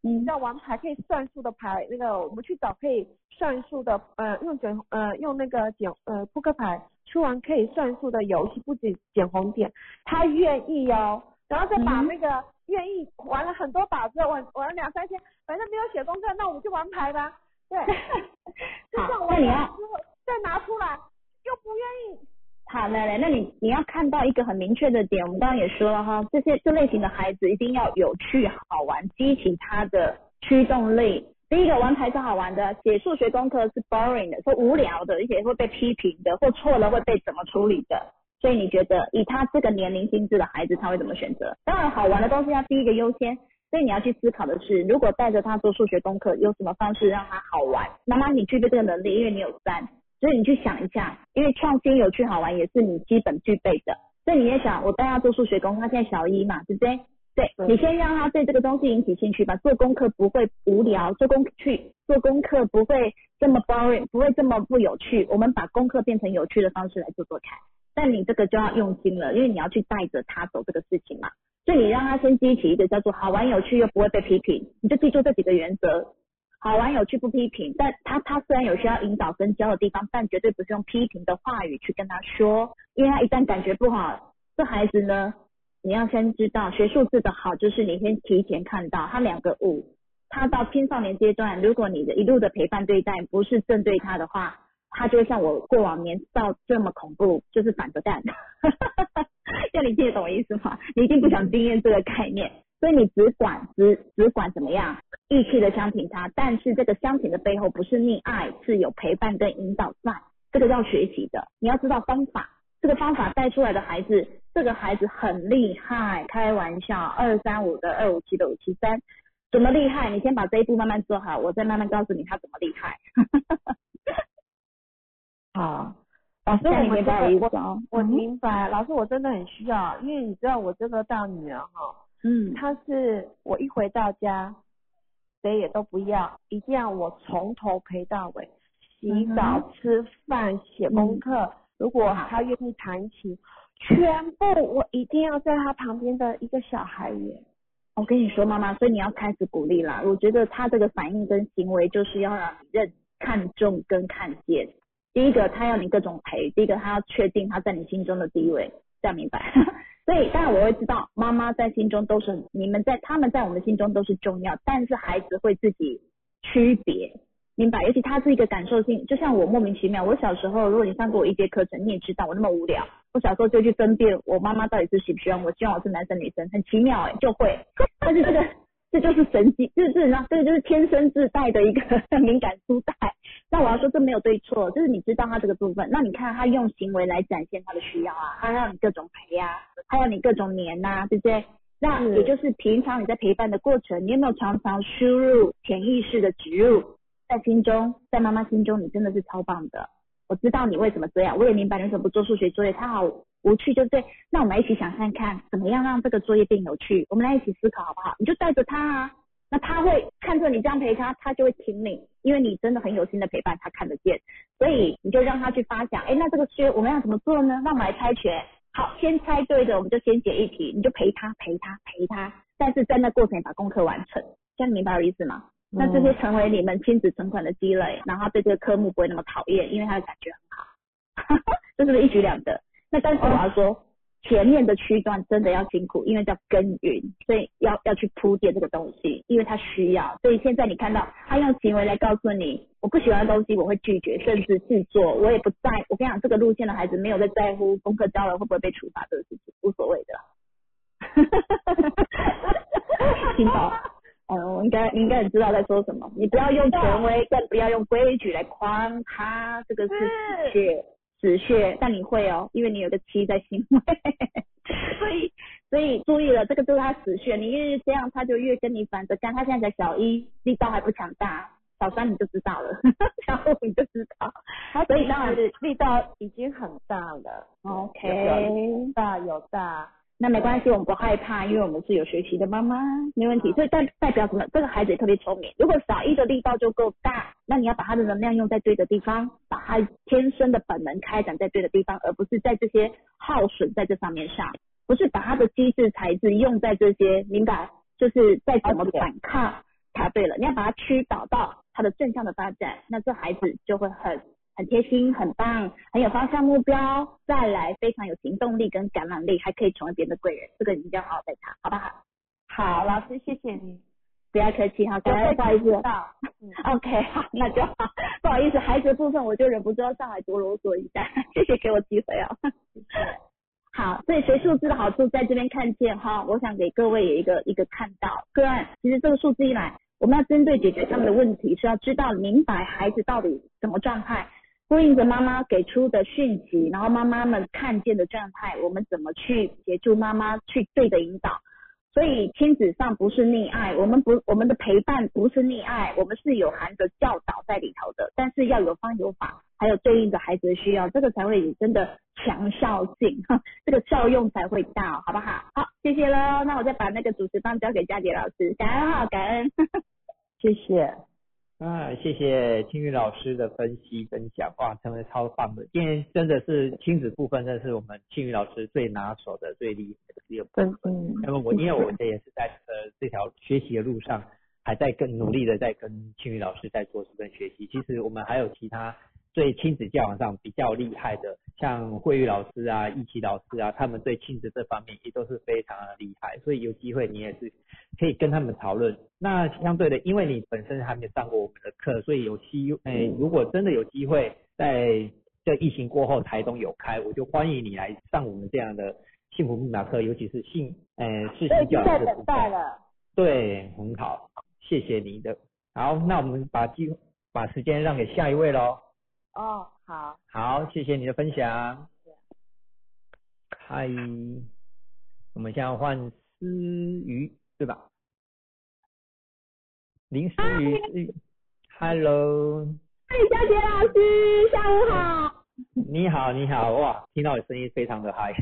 你知道玩牌可以算数的牌，那个我们去找可以算数的，呃，用捡呃用那个捡呃扑克牌出完可以算数的游戏，不止捡红点，他愿意哦，然后再把那个愿意玩了很多把之后，玩玩了两三天，反正没有写功课，那我们就玩牌吧，对，就这样玩完之后再拿出来又不愿意。 好，奶奶，那你你要看到一个很明确的点，我们刚刚也说了哈，这些这类型的孩子一定要有趣好玩，激起他的驱动力。第一个玩牌是好玩的，写数学功课是 boring 的，是无聊的，而且会被批评的，或错了会被怎么处理的。所以你觉得以他这个年龄心智的孩子，他会怎么选择？当然好玩的东西要第一个优先，所以你要去思考的是，如果带着他做数学功课，有什么方式让他好玩？妈妈，你具备这个能力，因为你有三。所以你去想一下，因为创新、有趣、好玩也是你基本具备的。所以你也想，我带他做数学功课，他现在小一嘛，对不对？对，你先让他对这个东西引起兴趣吧。做功课不会无聊，做功去做功课不会这么 boring， 不会这么不有趣。我们把功课变成有趣的方式来做做看。但你这个就要用心了，因为你要去带着他走这个事情嘛。所以你让他先激起一个叫做好玩、有趣又不会被批评，你就记住这几个原则。好玩有趣不批评，但他他虽然有需要引导跟教的地方，但绝对不是用批评的话语去跟他说，因为他一旦感觉不好，这孩子呢，你要先知道学数字的好，就是你先提前看到他两个五，他到青少年阶段，如果你的一路的陪伴对待不是正对他的话，他就会像我过往年少这么恐怖，就是反着干。这样你听得懂我意思吗？你一定不想经验这个概念。所以你只管只只管怎么样义气的相挺他，但是这个相挺的背后不是溺爱，是有陪伴跟引导在，这个要学习的。你要知道方法，这个方法带出来的孩子，这个孩子很厉害，开玩笑，二三五的二五七的五七三，怎么厉害？你先把这一步慢慢做好，我再慢慢告诉你他怎么厉害。 好，老师，我们这个我我明白，老师我真的很需要，因为你知道我这个大女儿哈。嗯，他是我一回到家，谁也都不要，一定要我从头陪到尾，洗澡、嗯、吃饭、写功课、嗯。如果他愿意弹琴，全部我一定要在他旁边的一个小孩耶。 我跟你说，妈妈，所以你要开始鼓励啦。我觉得他这个反应跟行为，就是要让你认看重跟看见。第一个，他要你各种陪；第一个，他要确定他在你心中的地位，这样明白？所以当然我会知道妈妈在心中都是你们在他们在我们心中都是重要，但是孩子会自己区别，明白？尤其他是一个感受性，就像我莫名其妙，我小时候如果你上过我一节课程，你也知道我那么无聊，我小时候就去分辨我妈妈到底是喜不喜欢我，希望我是男生女生，很奇妙哎、欸，就会，但是这个这就是神迹，就是这个就是天生自带的一个敏感书带。那我要说这没有对错，就是你知道他这个部分，那你看他用行为来展现他的需要啊，他要你各种陪啊，他要你各种黏啊，对不对？那也就是平常你在陪伴的过程，你有没有常常输入潜意识的植入在心中，在妈妈心中你真的是超棒的。我知道你为什么这样，我也明白你为什么不做数学作业，他好无趣，对不对？那我们来一起想看看怎么样让这个作业变有趣，我们来一起思考好不好？你就带着他啊，那他会看着你这样陪他，他就会听你，因为你真的很有心的陪伴，他看得见，所以你就让他去发想，哎，那这个书我们要怎么做呢？那我们来猜拳，好，先猜对的我们就先解一题，你就陪他陪他陪他，但是在那过程把功课完成，这样你明白我意思吗？嗯、那这些成为你们亲子存款的积累，然后他对这个科目不会那么讨厌，因为他的感觉很好，这是不是一举两得？那但是我要说。哦前面的区段真的要辛苦，因为叫耕耘，所以要要去铺垫这个东西，因为他需要。所以现在你看到他用行为来告诉你，我不喜欢的东西我会拒绝，甚至制作，我也不在。我跟你讲，这个路线的孩子没有在在乎功课交了会不会被处罚这个事情，无所谓的。听到？嗯，我应该你应该很知道在说什么。你不要用权威，更不要用规矩来框他，这个是血。止血，但你会哦，因为你有个七在心位，所以所以注意了，这个就是他止血，你越这样他就越跟你反着干，他现在才小一，力道还不强大，小三你就知道了，小五你就知道，所以当然力道已经很大了 ，OK， 有大有大。 那没关系，我们不害怕，因为我们是有学习的妈妈，没问题。所以代代表什么？这个孩子也特别聪明。如果小一的力道就够大，那你要把他的能量用在对的地方，把他天生的本能开展在对的地方，而不是在这些耗损在这上面上，不是把他的机智才智用在这些，明白？就是在怎么反抗， 卡对了，你要把它驱导到它的正向的发展，那这孩子就会很很贴心，很棒，很有方向目标，再来非常有行动力跟感染力，还可以成为别人的贵人，这个你一定要好好带他，好不好？ 好，老师谢谢你。 不要客气哈，感恩，不好意思。 嗯 OK， 好，那就好。不好意思，孩子的部分我就忍不住要上来多啰嗦一下，谢谢给我机会啊。好，所以学数字的好处在这边看见哈，我想给各位有一个一个看到个案，其实这个数字一来，我们要针对解决他们的问题，是要知道明白孩子到底什么状态，呼应着妈妈给出的讯息，然后妈妈们看见的状态，我们怎么去协助妈妈去对的引导。所以亲子上不是溺爱，我们不我们的陪伴不是溺爱，我们是有含着教导在里头的，但是要有方有法，还有对应着孩子的需要，这个才会真的强效性，这个效用才会大，好不好？好，谢谢喽。那我再把那个主持棒交给佳杰老师，感恩哈，感恩， 谢谢。 啊，谢谢青云老师的分析分享，哇，真的超棒的。今天真的是亲子部分，真的是我们青云老师最拿手的、最厉害的这个部分。 嗯， 那么我因为我也是在呃这条学习的路上，还在更努力的在跟青云老师在做这份学习。其实我们还有其他对亲子教养上比较厉害的，像慧玉老师啊、易奇老师啊，他们对亲子这方面也都是非常的厉害，所以有机会你也是可以跟他们讨论。那相对的，因为你本身还没上过我们的课，所以有机诶，如果真的有机会在这疫情过后台东有开，我就欢迎你来上我们这样的幸福密码课，尤其是性诶视性教养的部分。对，很好，谢谢你的。好，那我们把机把时间让给下一位喽。 哦，好， 好，谢谢你的分享。嗨，我们现在换思瑜，对吧？林思瑜，思瑜 ，Hello。 嗨，佳杰老师，下午好。 你好，你好，哇，听到你声音非常的嗨。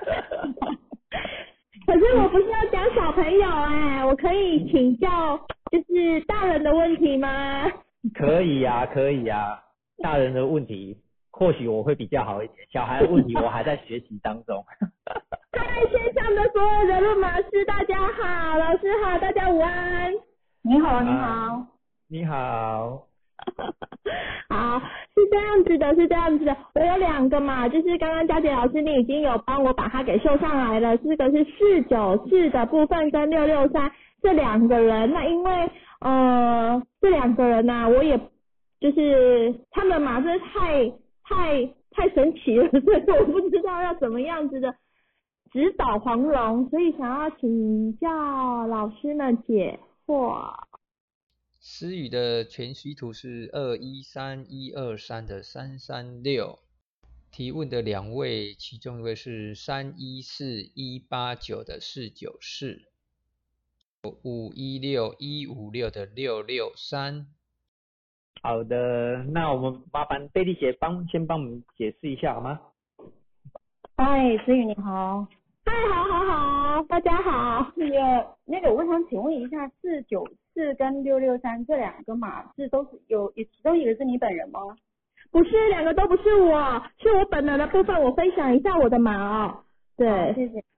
可是我不是要讲小朋友哎、欸，我可以请教就是大人的问题吗？ 可以呀、啊，可以呀、啊。大人的问题或许我会比较好一点，小孩的问题我还在学习当中。 嗨，线上的所有人论马师，大家好，老师好，大家午安。 你好，你好， 你好。 好，是这样子的，是这样子的，我有两个嘛，就是刚刚佳杰老师你已经有帮我把它给秀上来了，这个是四九四的部分跟六六三这两个人，那因为呃这两个人呢、啊，我也就是他们嘛，真的太太太神奇了，所以我不知道要怎么样子的指导黄蓉，所以想要请教老师们解惑。 思雨的全息图是二一三一二三的三三六，提问的两位，其中一位是三一四一八九的四九四，五一六一五六的六六三。 好的，那我们麻烦贝莉姐帮先帮我们解释一下好吗？ 嗨，思雨你好。 嗨，好好好，大家好。 那个那个，我想请问一下，四九四跟六六三这两个码是都是有，其中一个是你本人吗？ 不是，两个都不是我，是我本人的部分，我分享一下我的码哦。对， 谢谢。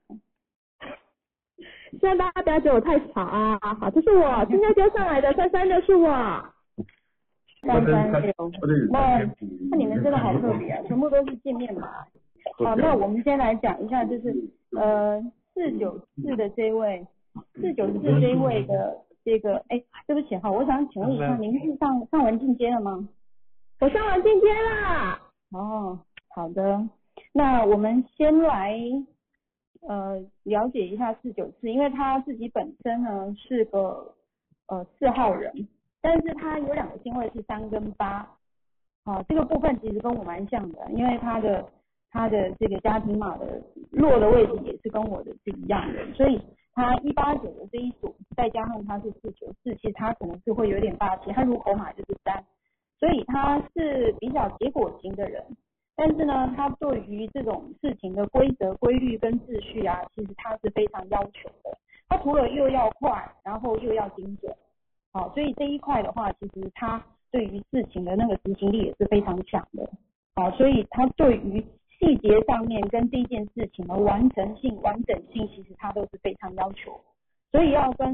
希望大家不要觉得我太吵啊。好，这是我现在交上来的，三三六是我。 三三六，那那你们真的好特别啊，全部都是镜面码。好，那我们先来讲一下，就是呃四九四的这位，四九四这一位的这个，哎，对不起哈，我想请问一下，您是上上完进阶了吗？ 我上完进阶啦。 哦，好的，那我们先来呃了解一下四九四，因为他自己本身呢是个呃四号人，但是他有两个星位是三跟八，好，这个部分其实跟我蛮像的，因为他的他的这个家庭码的落的位置也是跟我的是一样的，所以他一八九的这一组，再加上他是四九四，其实他可能是会有点霸气，他入口码就是三，所以他是比较结果型的人，但是呢，他对于这种事情的规则、规律跟秩序啊，其实他是非常要求的。他除了又要快，然后又要精准，好，所以这一块的话，其实他对于事情的那个执行力也是非常强的，好，所以他对于细节上面跟这件事情的完成性、完整性，其实他都是非常要求，所以要跟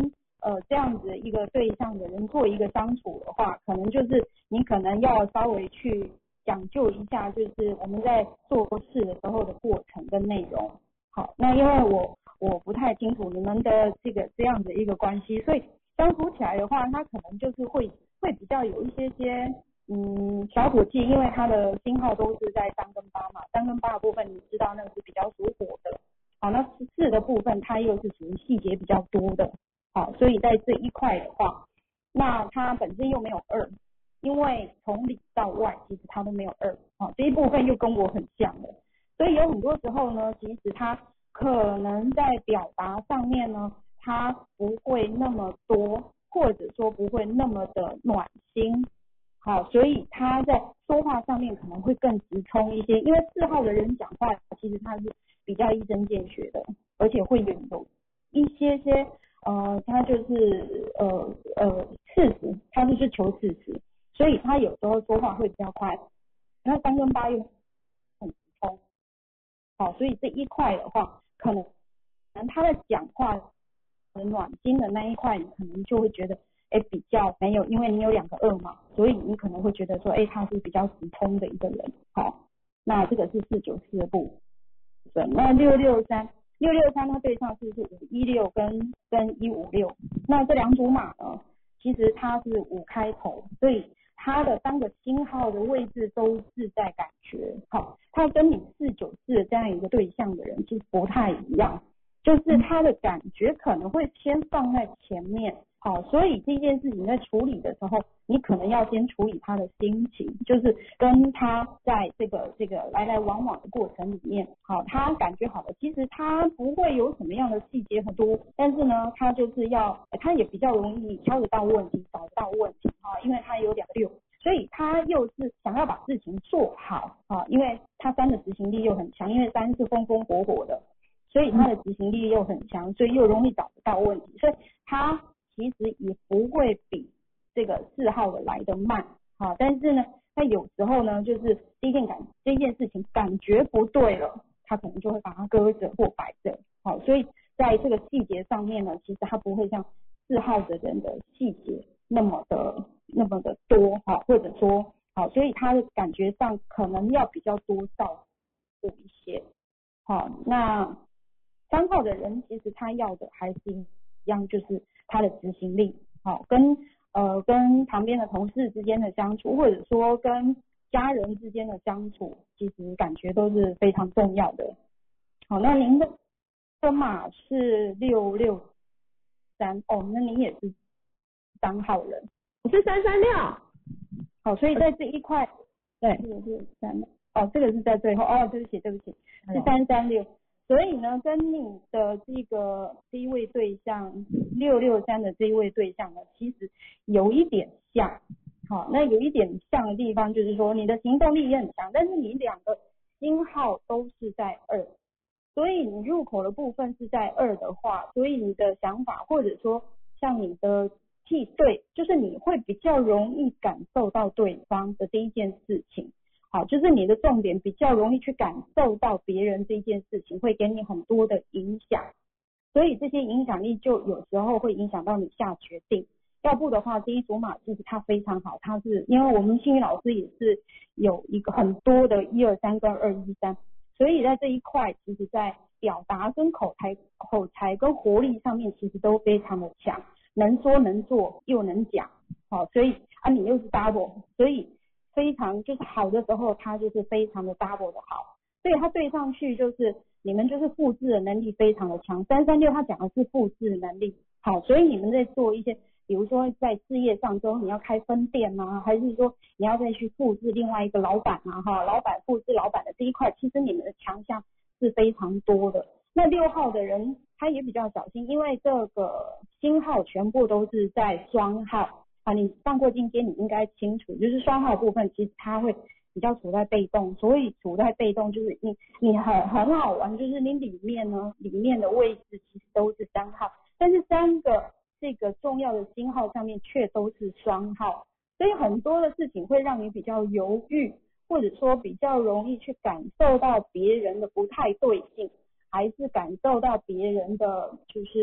呃这样子一个对象的人做一个相处的话，可能就是你可能要稍微去讲究一下，就是我们在做事的时候的过程跟内容。好，那因为我我不太清楚你们的这个这样的一个关系，所以相处起来的话，他可能就是会会比较有一些些嗯小火气，因为他的星号都是在三跟八嘛，三跟八的部分你知道那个是比较属火的。好，那四的部分它又是属于细节比较多的。好，所以在这一块的话，那它本身又没有二，因为从里到外其实它都没有二。好，这一部分又跟我很像的。所以有很多时候呢，其实他可能在表达上面呢，他不会那么多，或者说不会那么的暖心。好，所以他在说话上面可能会更直冲一些，因为四号的人讲话其实他是比较一针见血的，而且会有一些些呃，他就是呃呃事实，他就是求事实，所以他有时候说话会比较快。那三跟八又很直冲。好，所以这一块的话，可能可能他在讲话很暖心的那一块，你可能就会觉得，哎，比较没有，因为你有两个二嘛，所以你可能会觉得说，哎，他是比较直冲的一个人。好，那这个是四九四的部分。那六六三，六六三它对上是是五一六跟跟一五六，那这两组码呢，其实它是五开头，所以它的三个星号的位置都是在感觉。好，它跟你四九四这样一个对象的人其实不太一样，就是他的感觉可能会先放在前面。好，所以这件事情在处理的时候，你可能要先处理他的心情，就是跟他在这个这个来来往往的过程里面，好，他感觉好了，其实他不会有什么样的细节很多，但是呢，他就是要，他也比较容易挑得到问题，找得到问题啊，因为他有两个六。所以他又是想要把事情做好啊，因为他三的执行力又很强，因为三是风风火火的，所以他的执行力又很强，所以又容易找得到问题，所以他其实也不会比这个四号的来得慢啊。但是呢，他有时候呢，就是第一件感这件事情感觉不对了，他可能就会把它搁着或摆着。好，所以在这个细节上面呢，其实他不会像四号的人的细节那么的那么的多哈，或者说好，所以他的感觉上可能要比较多照顾一些。好，那三号的人其实他要的还是一样，就是他的执行力，好，跟呃跟旁边的同事之间的相处，或者说跟家人之间的相处，其实感觉都是非常重要的。好，那您的的码是六六三哦，那你也是三号人， 我是三三六。 好，所以在这一块，对，这个是三，哦，这个是在最后，哦，对不起，对不起，是三三六。所以呢，跟你的这个这一位对象六六三的这一位对象呢，其实有一点像。好，那有一点像的地方就是说，你的行动力也很强，但是你两个星号都是在二，所以你入口的部分是在二的话，所以你的想法或者说像你的替对，就是你会比较容易感受到对方的这一件事情。好，就是你的重点比较容易去感受到别人这件事情，会给你很多的影响，所以这些影响力就有时候会影响到你下决定。要不的话，这一组码其实它非常好，它是因为我们幸运老师也是有一个很多的一二三跟二一三，所以在这一块，其实在表达跟口才、口才跟活力上面，其实都非常的强，能说能做又能讲。好，所以啊，你又是 double， 所以非常就是好的时候，它就是非常的 double 的好，所以它对上去就是你们就是复制的能力非常的强。三三六它讲的是复制能力，好，所以你们在做一些，比如说在事业上中你要开分店啊，还是说你要再去复制另外一个老板啊，哈，老板复制老板的这一块，其实你们的强项是非常多的。那六号的人他也比较小心，因为这个星号全部都是在双号。啊，你上过进阶，你应该清楚，就是双号部分，其实它会比较处在被动，所以处在被动就是你你很很好玩，就是你里面呢，里面的位置其实都是三号，但是三个这个重要的星号上面却都是双号，所以很多的事情会让你比较犹豫，或者说比较容易去感受到别人的不太对劲，还是感受到别人的就是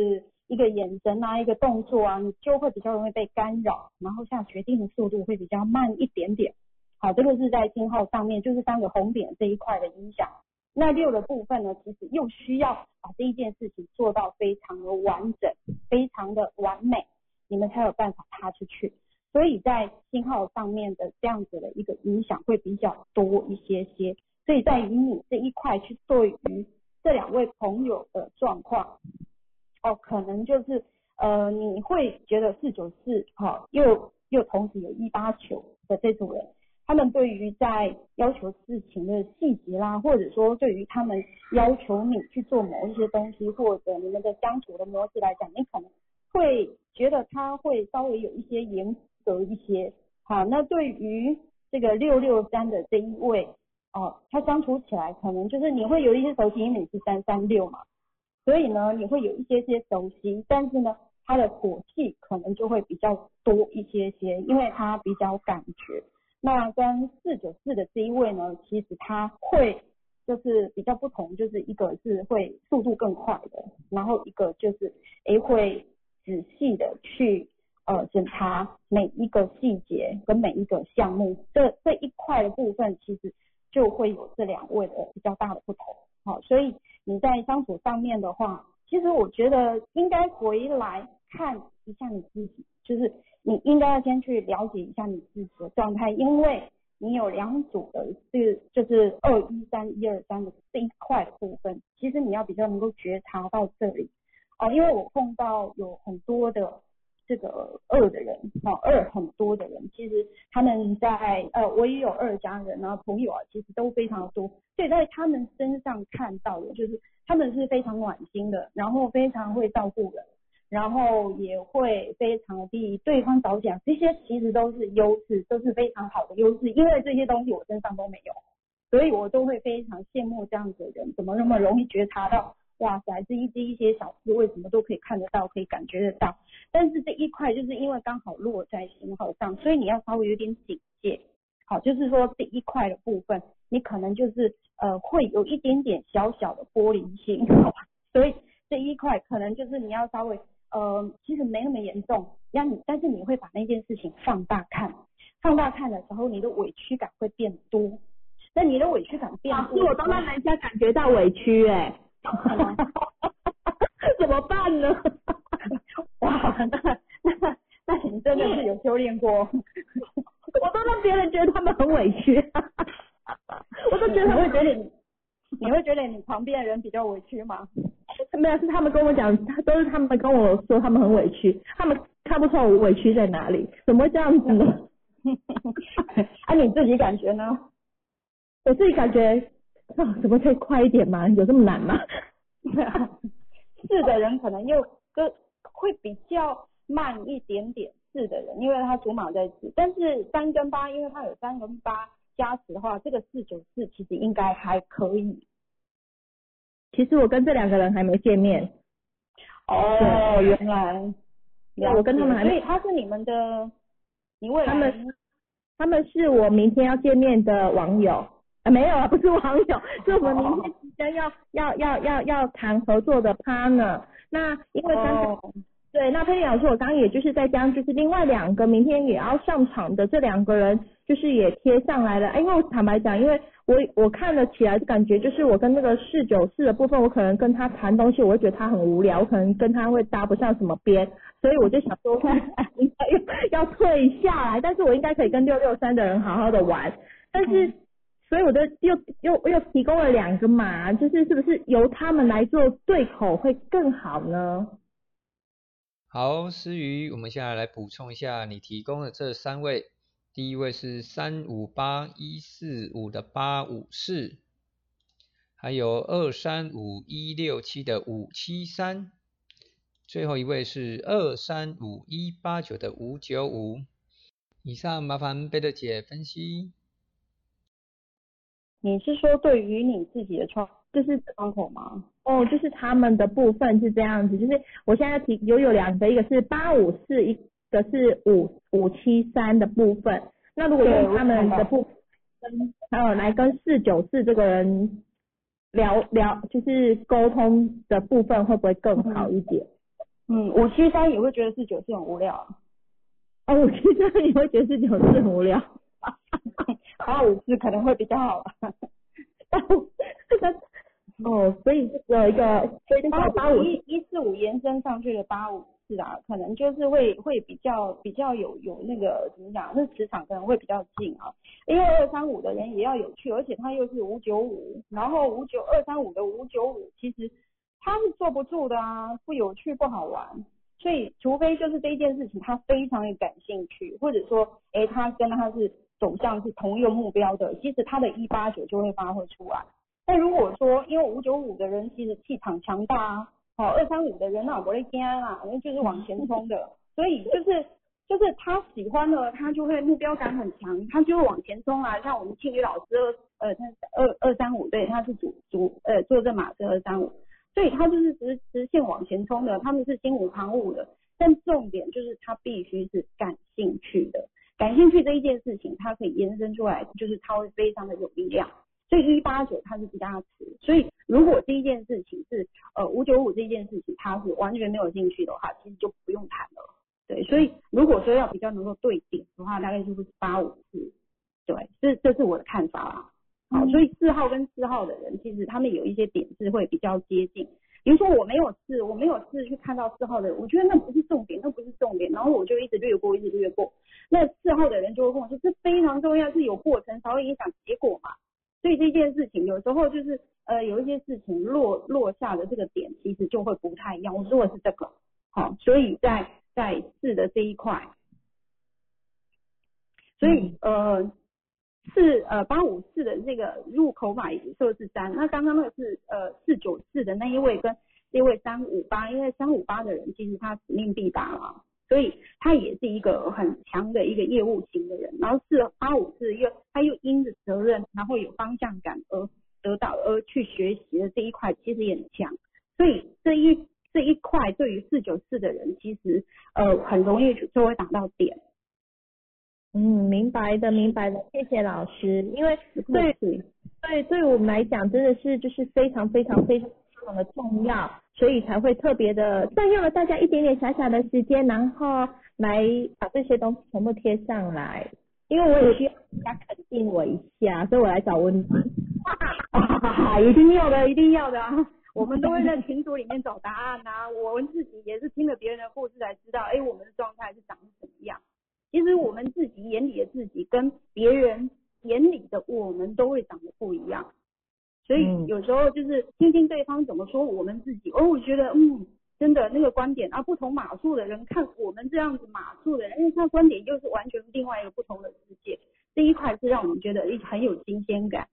一个眼神啊，一个动作啊，你就会比较容易被干扰，然后下决定的速度会比较慢一点点。好，这个是在星号上面，就是三个红点这一块的影响。那六的部分呢，其实又需要把这一件事情做到非常的完整，非常的完美，你们才有办法踏出去。所以在星号上面的这样子的一个影响会比较多一些些。所以在于你这一块去对于这两位朋友的状况，哦，可能就是呃，你会觉得四九四哈，又又同时有一八九的这种人，他们对于在要求事情的细节啦，或者说对于他们要求你去做某一些东西，或者你们的相处的模式来讲，你可能会觉得他会稍微有一些严格一些。好，那对于这个六六三的这一位哦，他相处起来可能就是你会有一些熟悉，因为你是三三六嘛，所以呢你会有一些些熟悉，但是呢他的火气可能就会比较多一些些，因为他比较感觉。那跟四九四的这一位呢，其实他会就是比较不同，就是一个是会速度更快的，然后一个就是诶会仔细的去呃检查每一个细节跟每一个项目，这这一块的部分其实就会有这两位的比较大的不同。好，所以你在相处上面的话，其实我觉得应该回来看一下你自己，就是你应该要先去了解一下你自己的状态，因为你有两组的是就是二一三一二三的这一块的部分，其实你要比较能够觉察到这里哦，因为我碰到有很多的这个二的人哦，二很多的人，其实他们在呃我也有二家人啊朋友啊，其实都非常的多，所以在他们身上看到的就是他们是非常暖心的，然后非常会照顾人，然后也会非常的替对方着想，这些其实都是优势，都是非常好的优势，因为这些东西我身上都没有，所以我都会非常羡慕这样子的人，怎么那么容易觉察到，哇塞，这一这一些小事为什么都可以看得到，可以感觉得到，但是这一块就是因为刚好落在星号上，所以你要稍微有点警戒。好，就是说这一块的部分，你可能就是呃会有一点点小小的玻璃心，所以这一块可能就是你要稍微呃其实没那么严重，让你但是你会把那件事情放大看，放大看的时候，你的委屈感会变多。那你的委屈感变多， 是我都让人家感觉到委屈哎、欸，怎么办呢？ 哇，那那那你真的是有修炼过。 我都让别人觉得他们很委屈，我都觉得你会觉得你，你会觉得你旁边的人比较委屈吗？ 没有，是他们跟我讲，他都是他们跟我说他们很委屈，他们看不出我委屈在哪里，怎么会这样子呢？ 啊，你自己感觉呢？ 我自己感觉，啊，怎么可以快一点吗？有这么难吗？ 是的人可能又跟会比较慢一点点。四的人，因为他主马在四，但是三跟八，因为他有三跟八加持的话，这个四九四其实应该还可以。 其实我跟这两个人还没见面。 哦，原来， 我跟他们还没， 所以他是你们的，你未来他们他们是我明天要见面的网友啊，没有啊，不是网友，是我们明天即将要、哦、要要要要谈合作的 partner。那因为刚才。哦对，那佩丽老师，我刚刚也就是在将就是另外两个明天也要上场的这两个人，就是也贴上来了。哎，因为我坦白讲，因为我我看了起来感觉就是我跟那个四九四的部分，我可能跟他谈东西，我会觉得他很无聊，我可能跟他会搭不上什么边，所以我就想说应该要要退下来，但是我应该可以跟六六三的人好好的玩，但是。嗯所以我就又又又提供了两个码，就是是不是由他们来做对口会更好呢？ 好，思瑜，我们现在来补充一下你提供的这三位。第一位是三五八一四五的八五四，还有二三五一六七的五七三，最后一位是二三五一八九的五九五。以上麻烦贝勒姐分析。 你是说对于你自己的窗就是窗口吗？ 哦，就是他们的部分是这样子，就是我现在提有有两个，一个是八五四，一个是五五七三的部分。那如果用他们的部分，还有来跟四九四这个人聊聊，就是沟通的部分会不会更好一点？ 嗯，五七三也会觉得四九四很无聊。 哦，五七三你会觉得四九四很无聊。 八五四可能会比较好吧。 哦，所以有一个，所以这个八五一一四五延伸上去的八五四啊，可能就是会会比较比较有有那个怎么讲，那磁场可能会比较近啊。因为二三五的人也要有趣，而且他又是五九五，然后五九二三五的五九五，其实他是坐不住的啊，不有趣不好玩。所以除非就是这一件事情他非常的感兴趣，或者说哎他跟他是走向是同一个目标的，其实他的一八九就会发挥出来。但如果说因为五九五的人其实气场强大啊，好二三五的人那不会惊啊，那就是往前冲的，所以就是就是他喜欢了，他就会目标感很强，他就会往前冲啊。像我们庆宇老师二呃他二二三五对，他是主主呃坐镇马是二三五，所以他就是直直线往前冲的，他们是心无旁骛的。但重点就是他必须是感兴趣的，感兴趣这一件事情，它可以延伸出来，就是他会非常的有力量。所以一八九它是比较迟，所以如果这一件事情是呃五九五这一件事情他是完全没有兴趣的话，其实就不用谈了。对，所以如果说要比较能够对顶的话，大概就是八五四。对，这这是我的看法啦。好，所以四号跟四号的人，其实他们有一些点是会比较接近。比如说我没有四，我没有四去看到四号的人，我觉得那不是重点，那不是重点，然后我就一直略过，一直略过。那四号的人就会跟我说，这非常重要，是有过程才会影响结果嘛。所以这件事情有时候就是呃有一些事情落落下的这个点其实就会不太一样。我说的是这个，好，所以在在四的这一块，所以呃四呃八五四的这个入口码也设是三，那刚刚那个是呃四九四的那一位跟这位三五八，因为三五八的人其实他使命必达嘛。所以他也是一个很强的一个业务型的人，然后是八五四又他又因着责任，然后有方向感而得到而去学习的这一块其实也很强，所以这一这一块对于四九四的人其实呃很容易就会打到点。 嗯，明白的，明白的，谢谢老师。因为对对对我们来讲，真的是就是非常非常非常非常的重要，所以才会特别的占用了大家一点点小小的时间，然后来把这些东西全部贴上来。因为我也需要大家肯定我一下，所以我来找温暖。 一定要的，一定要的啊！我们都会在群组里面找答案啊。我们自己也是听了别人的故事才知道，哎，我们的状态是长什么样。其实我们自己眼里的自己跟别人眼里的我们都会长得不一样，所以有时候就是听听对方怎么说我们自己，哦，我觉得嗯，真的那个观点啊，不同码数的人看我们这样子码数的人，因为他观点又是完全另外一个不同的世界，这一块是让我们觉得很有新鲜感。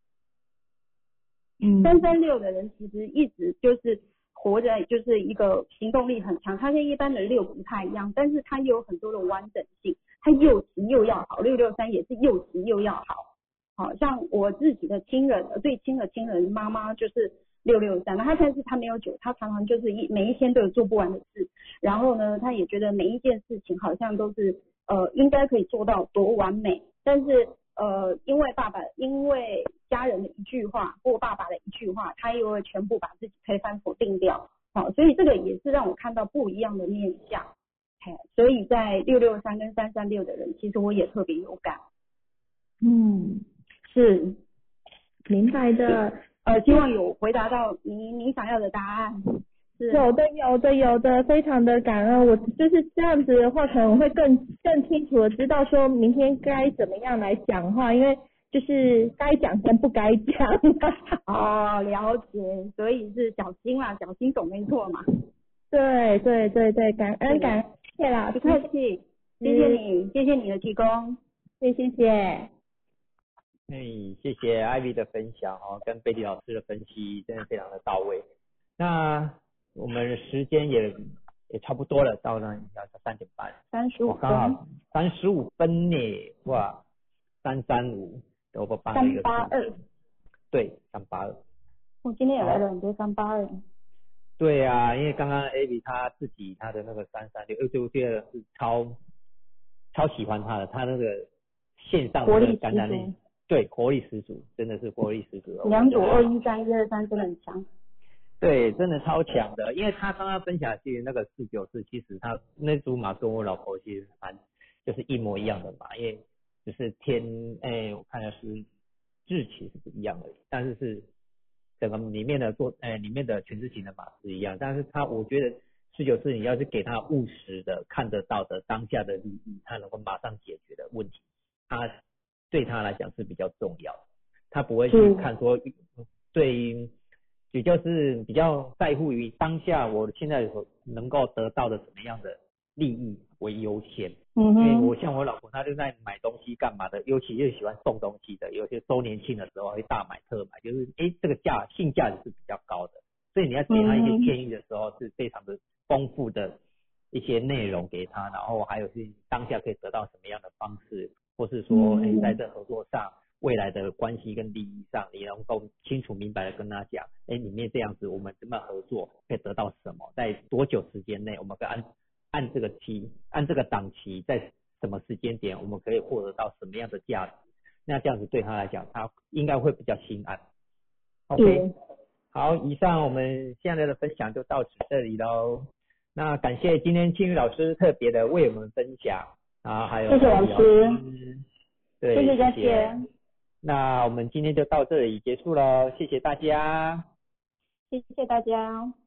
嗯，三三六的人其实一直就是活着，就是一个行动力很强，他跟一般的六不太一样，但是他又有很多的完整性，他又急又要好，六六三也是又急又要好。好像我自己的亲人，最亲的亲人妈妈就是六六三，他但是他没有九，他常常就是一每一天都有做不完的事，然后呢，他也觉得每一件事情好像都是呃应该可以做到多完美，但是呃因为爸爸因为家人的一句话或爸爸的一句话，他又会全部把自己推翻否定掉。好，所以这个也是让我看到不一样的面向。所以在六六三跟三三六的人，其实我也特别有感。嗯。是， 明白的。 呃，希望有回答到你你想要的答案。是有的，有的，有的，非常的感恩。我就是这样子的话，可能会更更清楚的知道说明天该怎么样来讲话，因为就是该讲跟不该讲。 哦，了解，所以是小心啦，小心总没错嘛。 对对对对，感恩感恩，谢谢老师， 不客气，谢谢你，谢谢你的提供， 谢谢谢。 哎，谢谢 Ivy 的分享哦，跟贝蒂老师的分析真的非常的到位。那我们时间也也差不多了，到那要三点半， 三十五分， 刚好三十五分呢，哇，三三五，我不帮了一个三八二， 对，三八二。 我今天也来了很多三八二。 对啊，因为刚刚 Ivy 他自己他的那个三三六，就觉得是超超喜欢他的，他那个线上的那个感染力。对，活力十足，真的是活力十足。 两组二一三一二三真的很强。 对，真的超强的，因为他刚刚分享其实那个四九四，其实他那组码跟我老婆其实蛮就是一模一样的码，因为只是天，哎，我看的是日期是不一样的，但是是整个里面的做，哎，里面的全字型的码是一样，但是他我觉得四九四你要是给他务实的、看得到的当下的利益，他能够马上解决的问题，他对他来讲是比较重要的，他不会去看说对于。也就是比较在乎于当下我现在所能够得到的什么样的利益为优先。嗯哼。因为我像我老婆，她就在买东西干嘛的，尤其又喜欢送东西的，有些周年庆的时候会大买特买，就是哎这个价性价值是比较高的，所以你要给她一些建议的时候是非常的丰富的一些内容给她，然后还有是当下可以得到什么样的方式，或是说哎在这合作上。未来的关系跟利益上，你能够清楚明白的跟他讲，哎，里面这样子我们怎么合作可以得到什么，在多久时间内我们可以按按这个期按这个档期在什么时间点我们可以获得到什么样的价值，那这样子对他来讲他应该会比较心安。 OK， 好，以上我们现在的分享就到此这里咯，那感谢今天青宇老师特别的为我们分享啊，还有谢谢老师， 对， 谢谢佳谢姐。 那我们今天就到这里结束了，谢谢大家， 谢谢大家。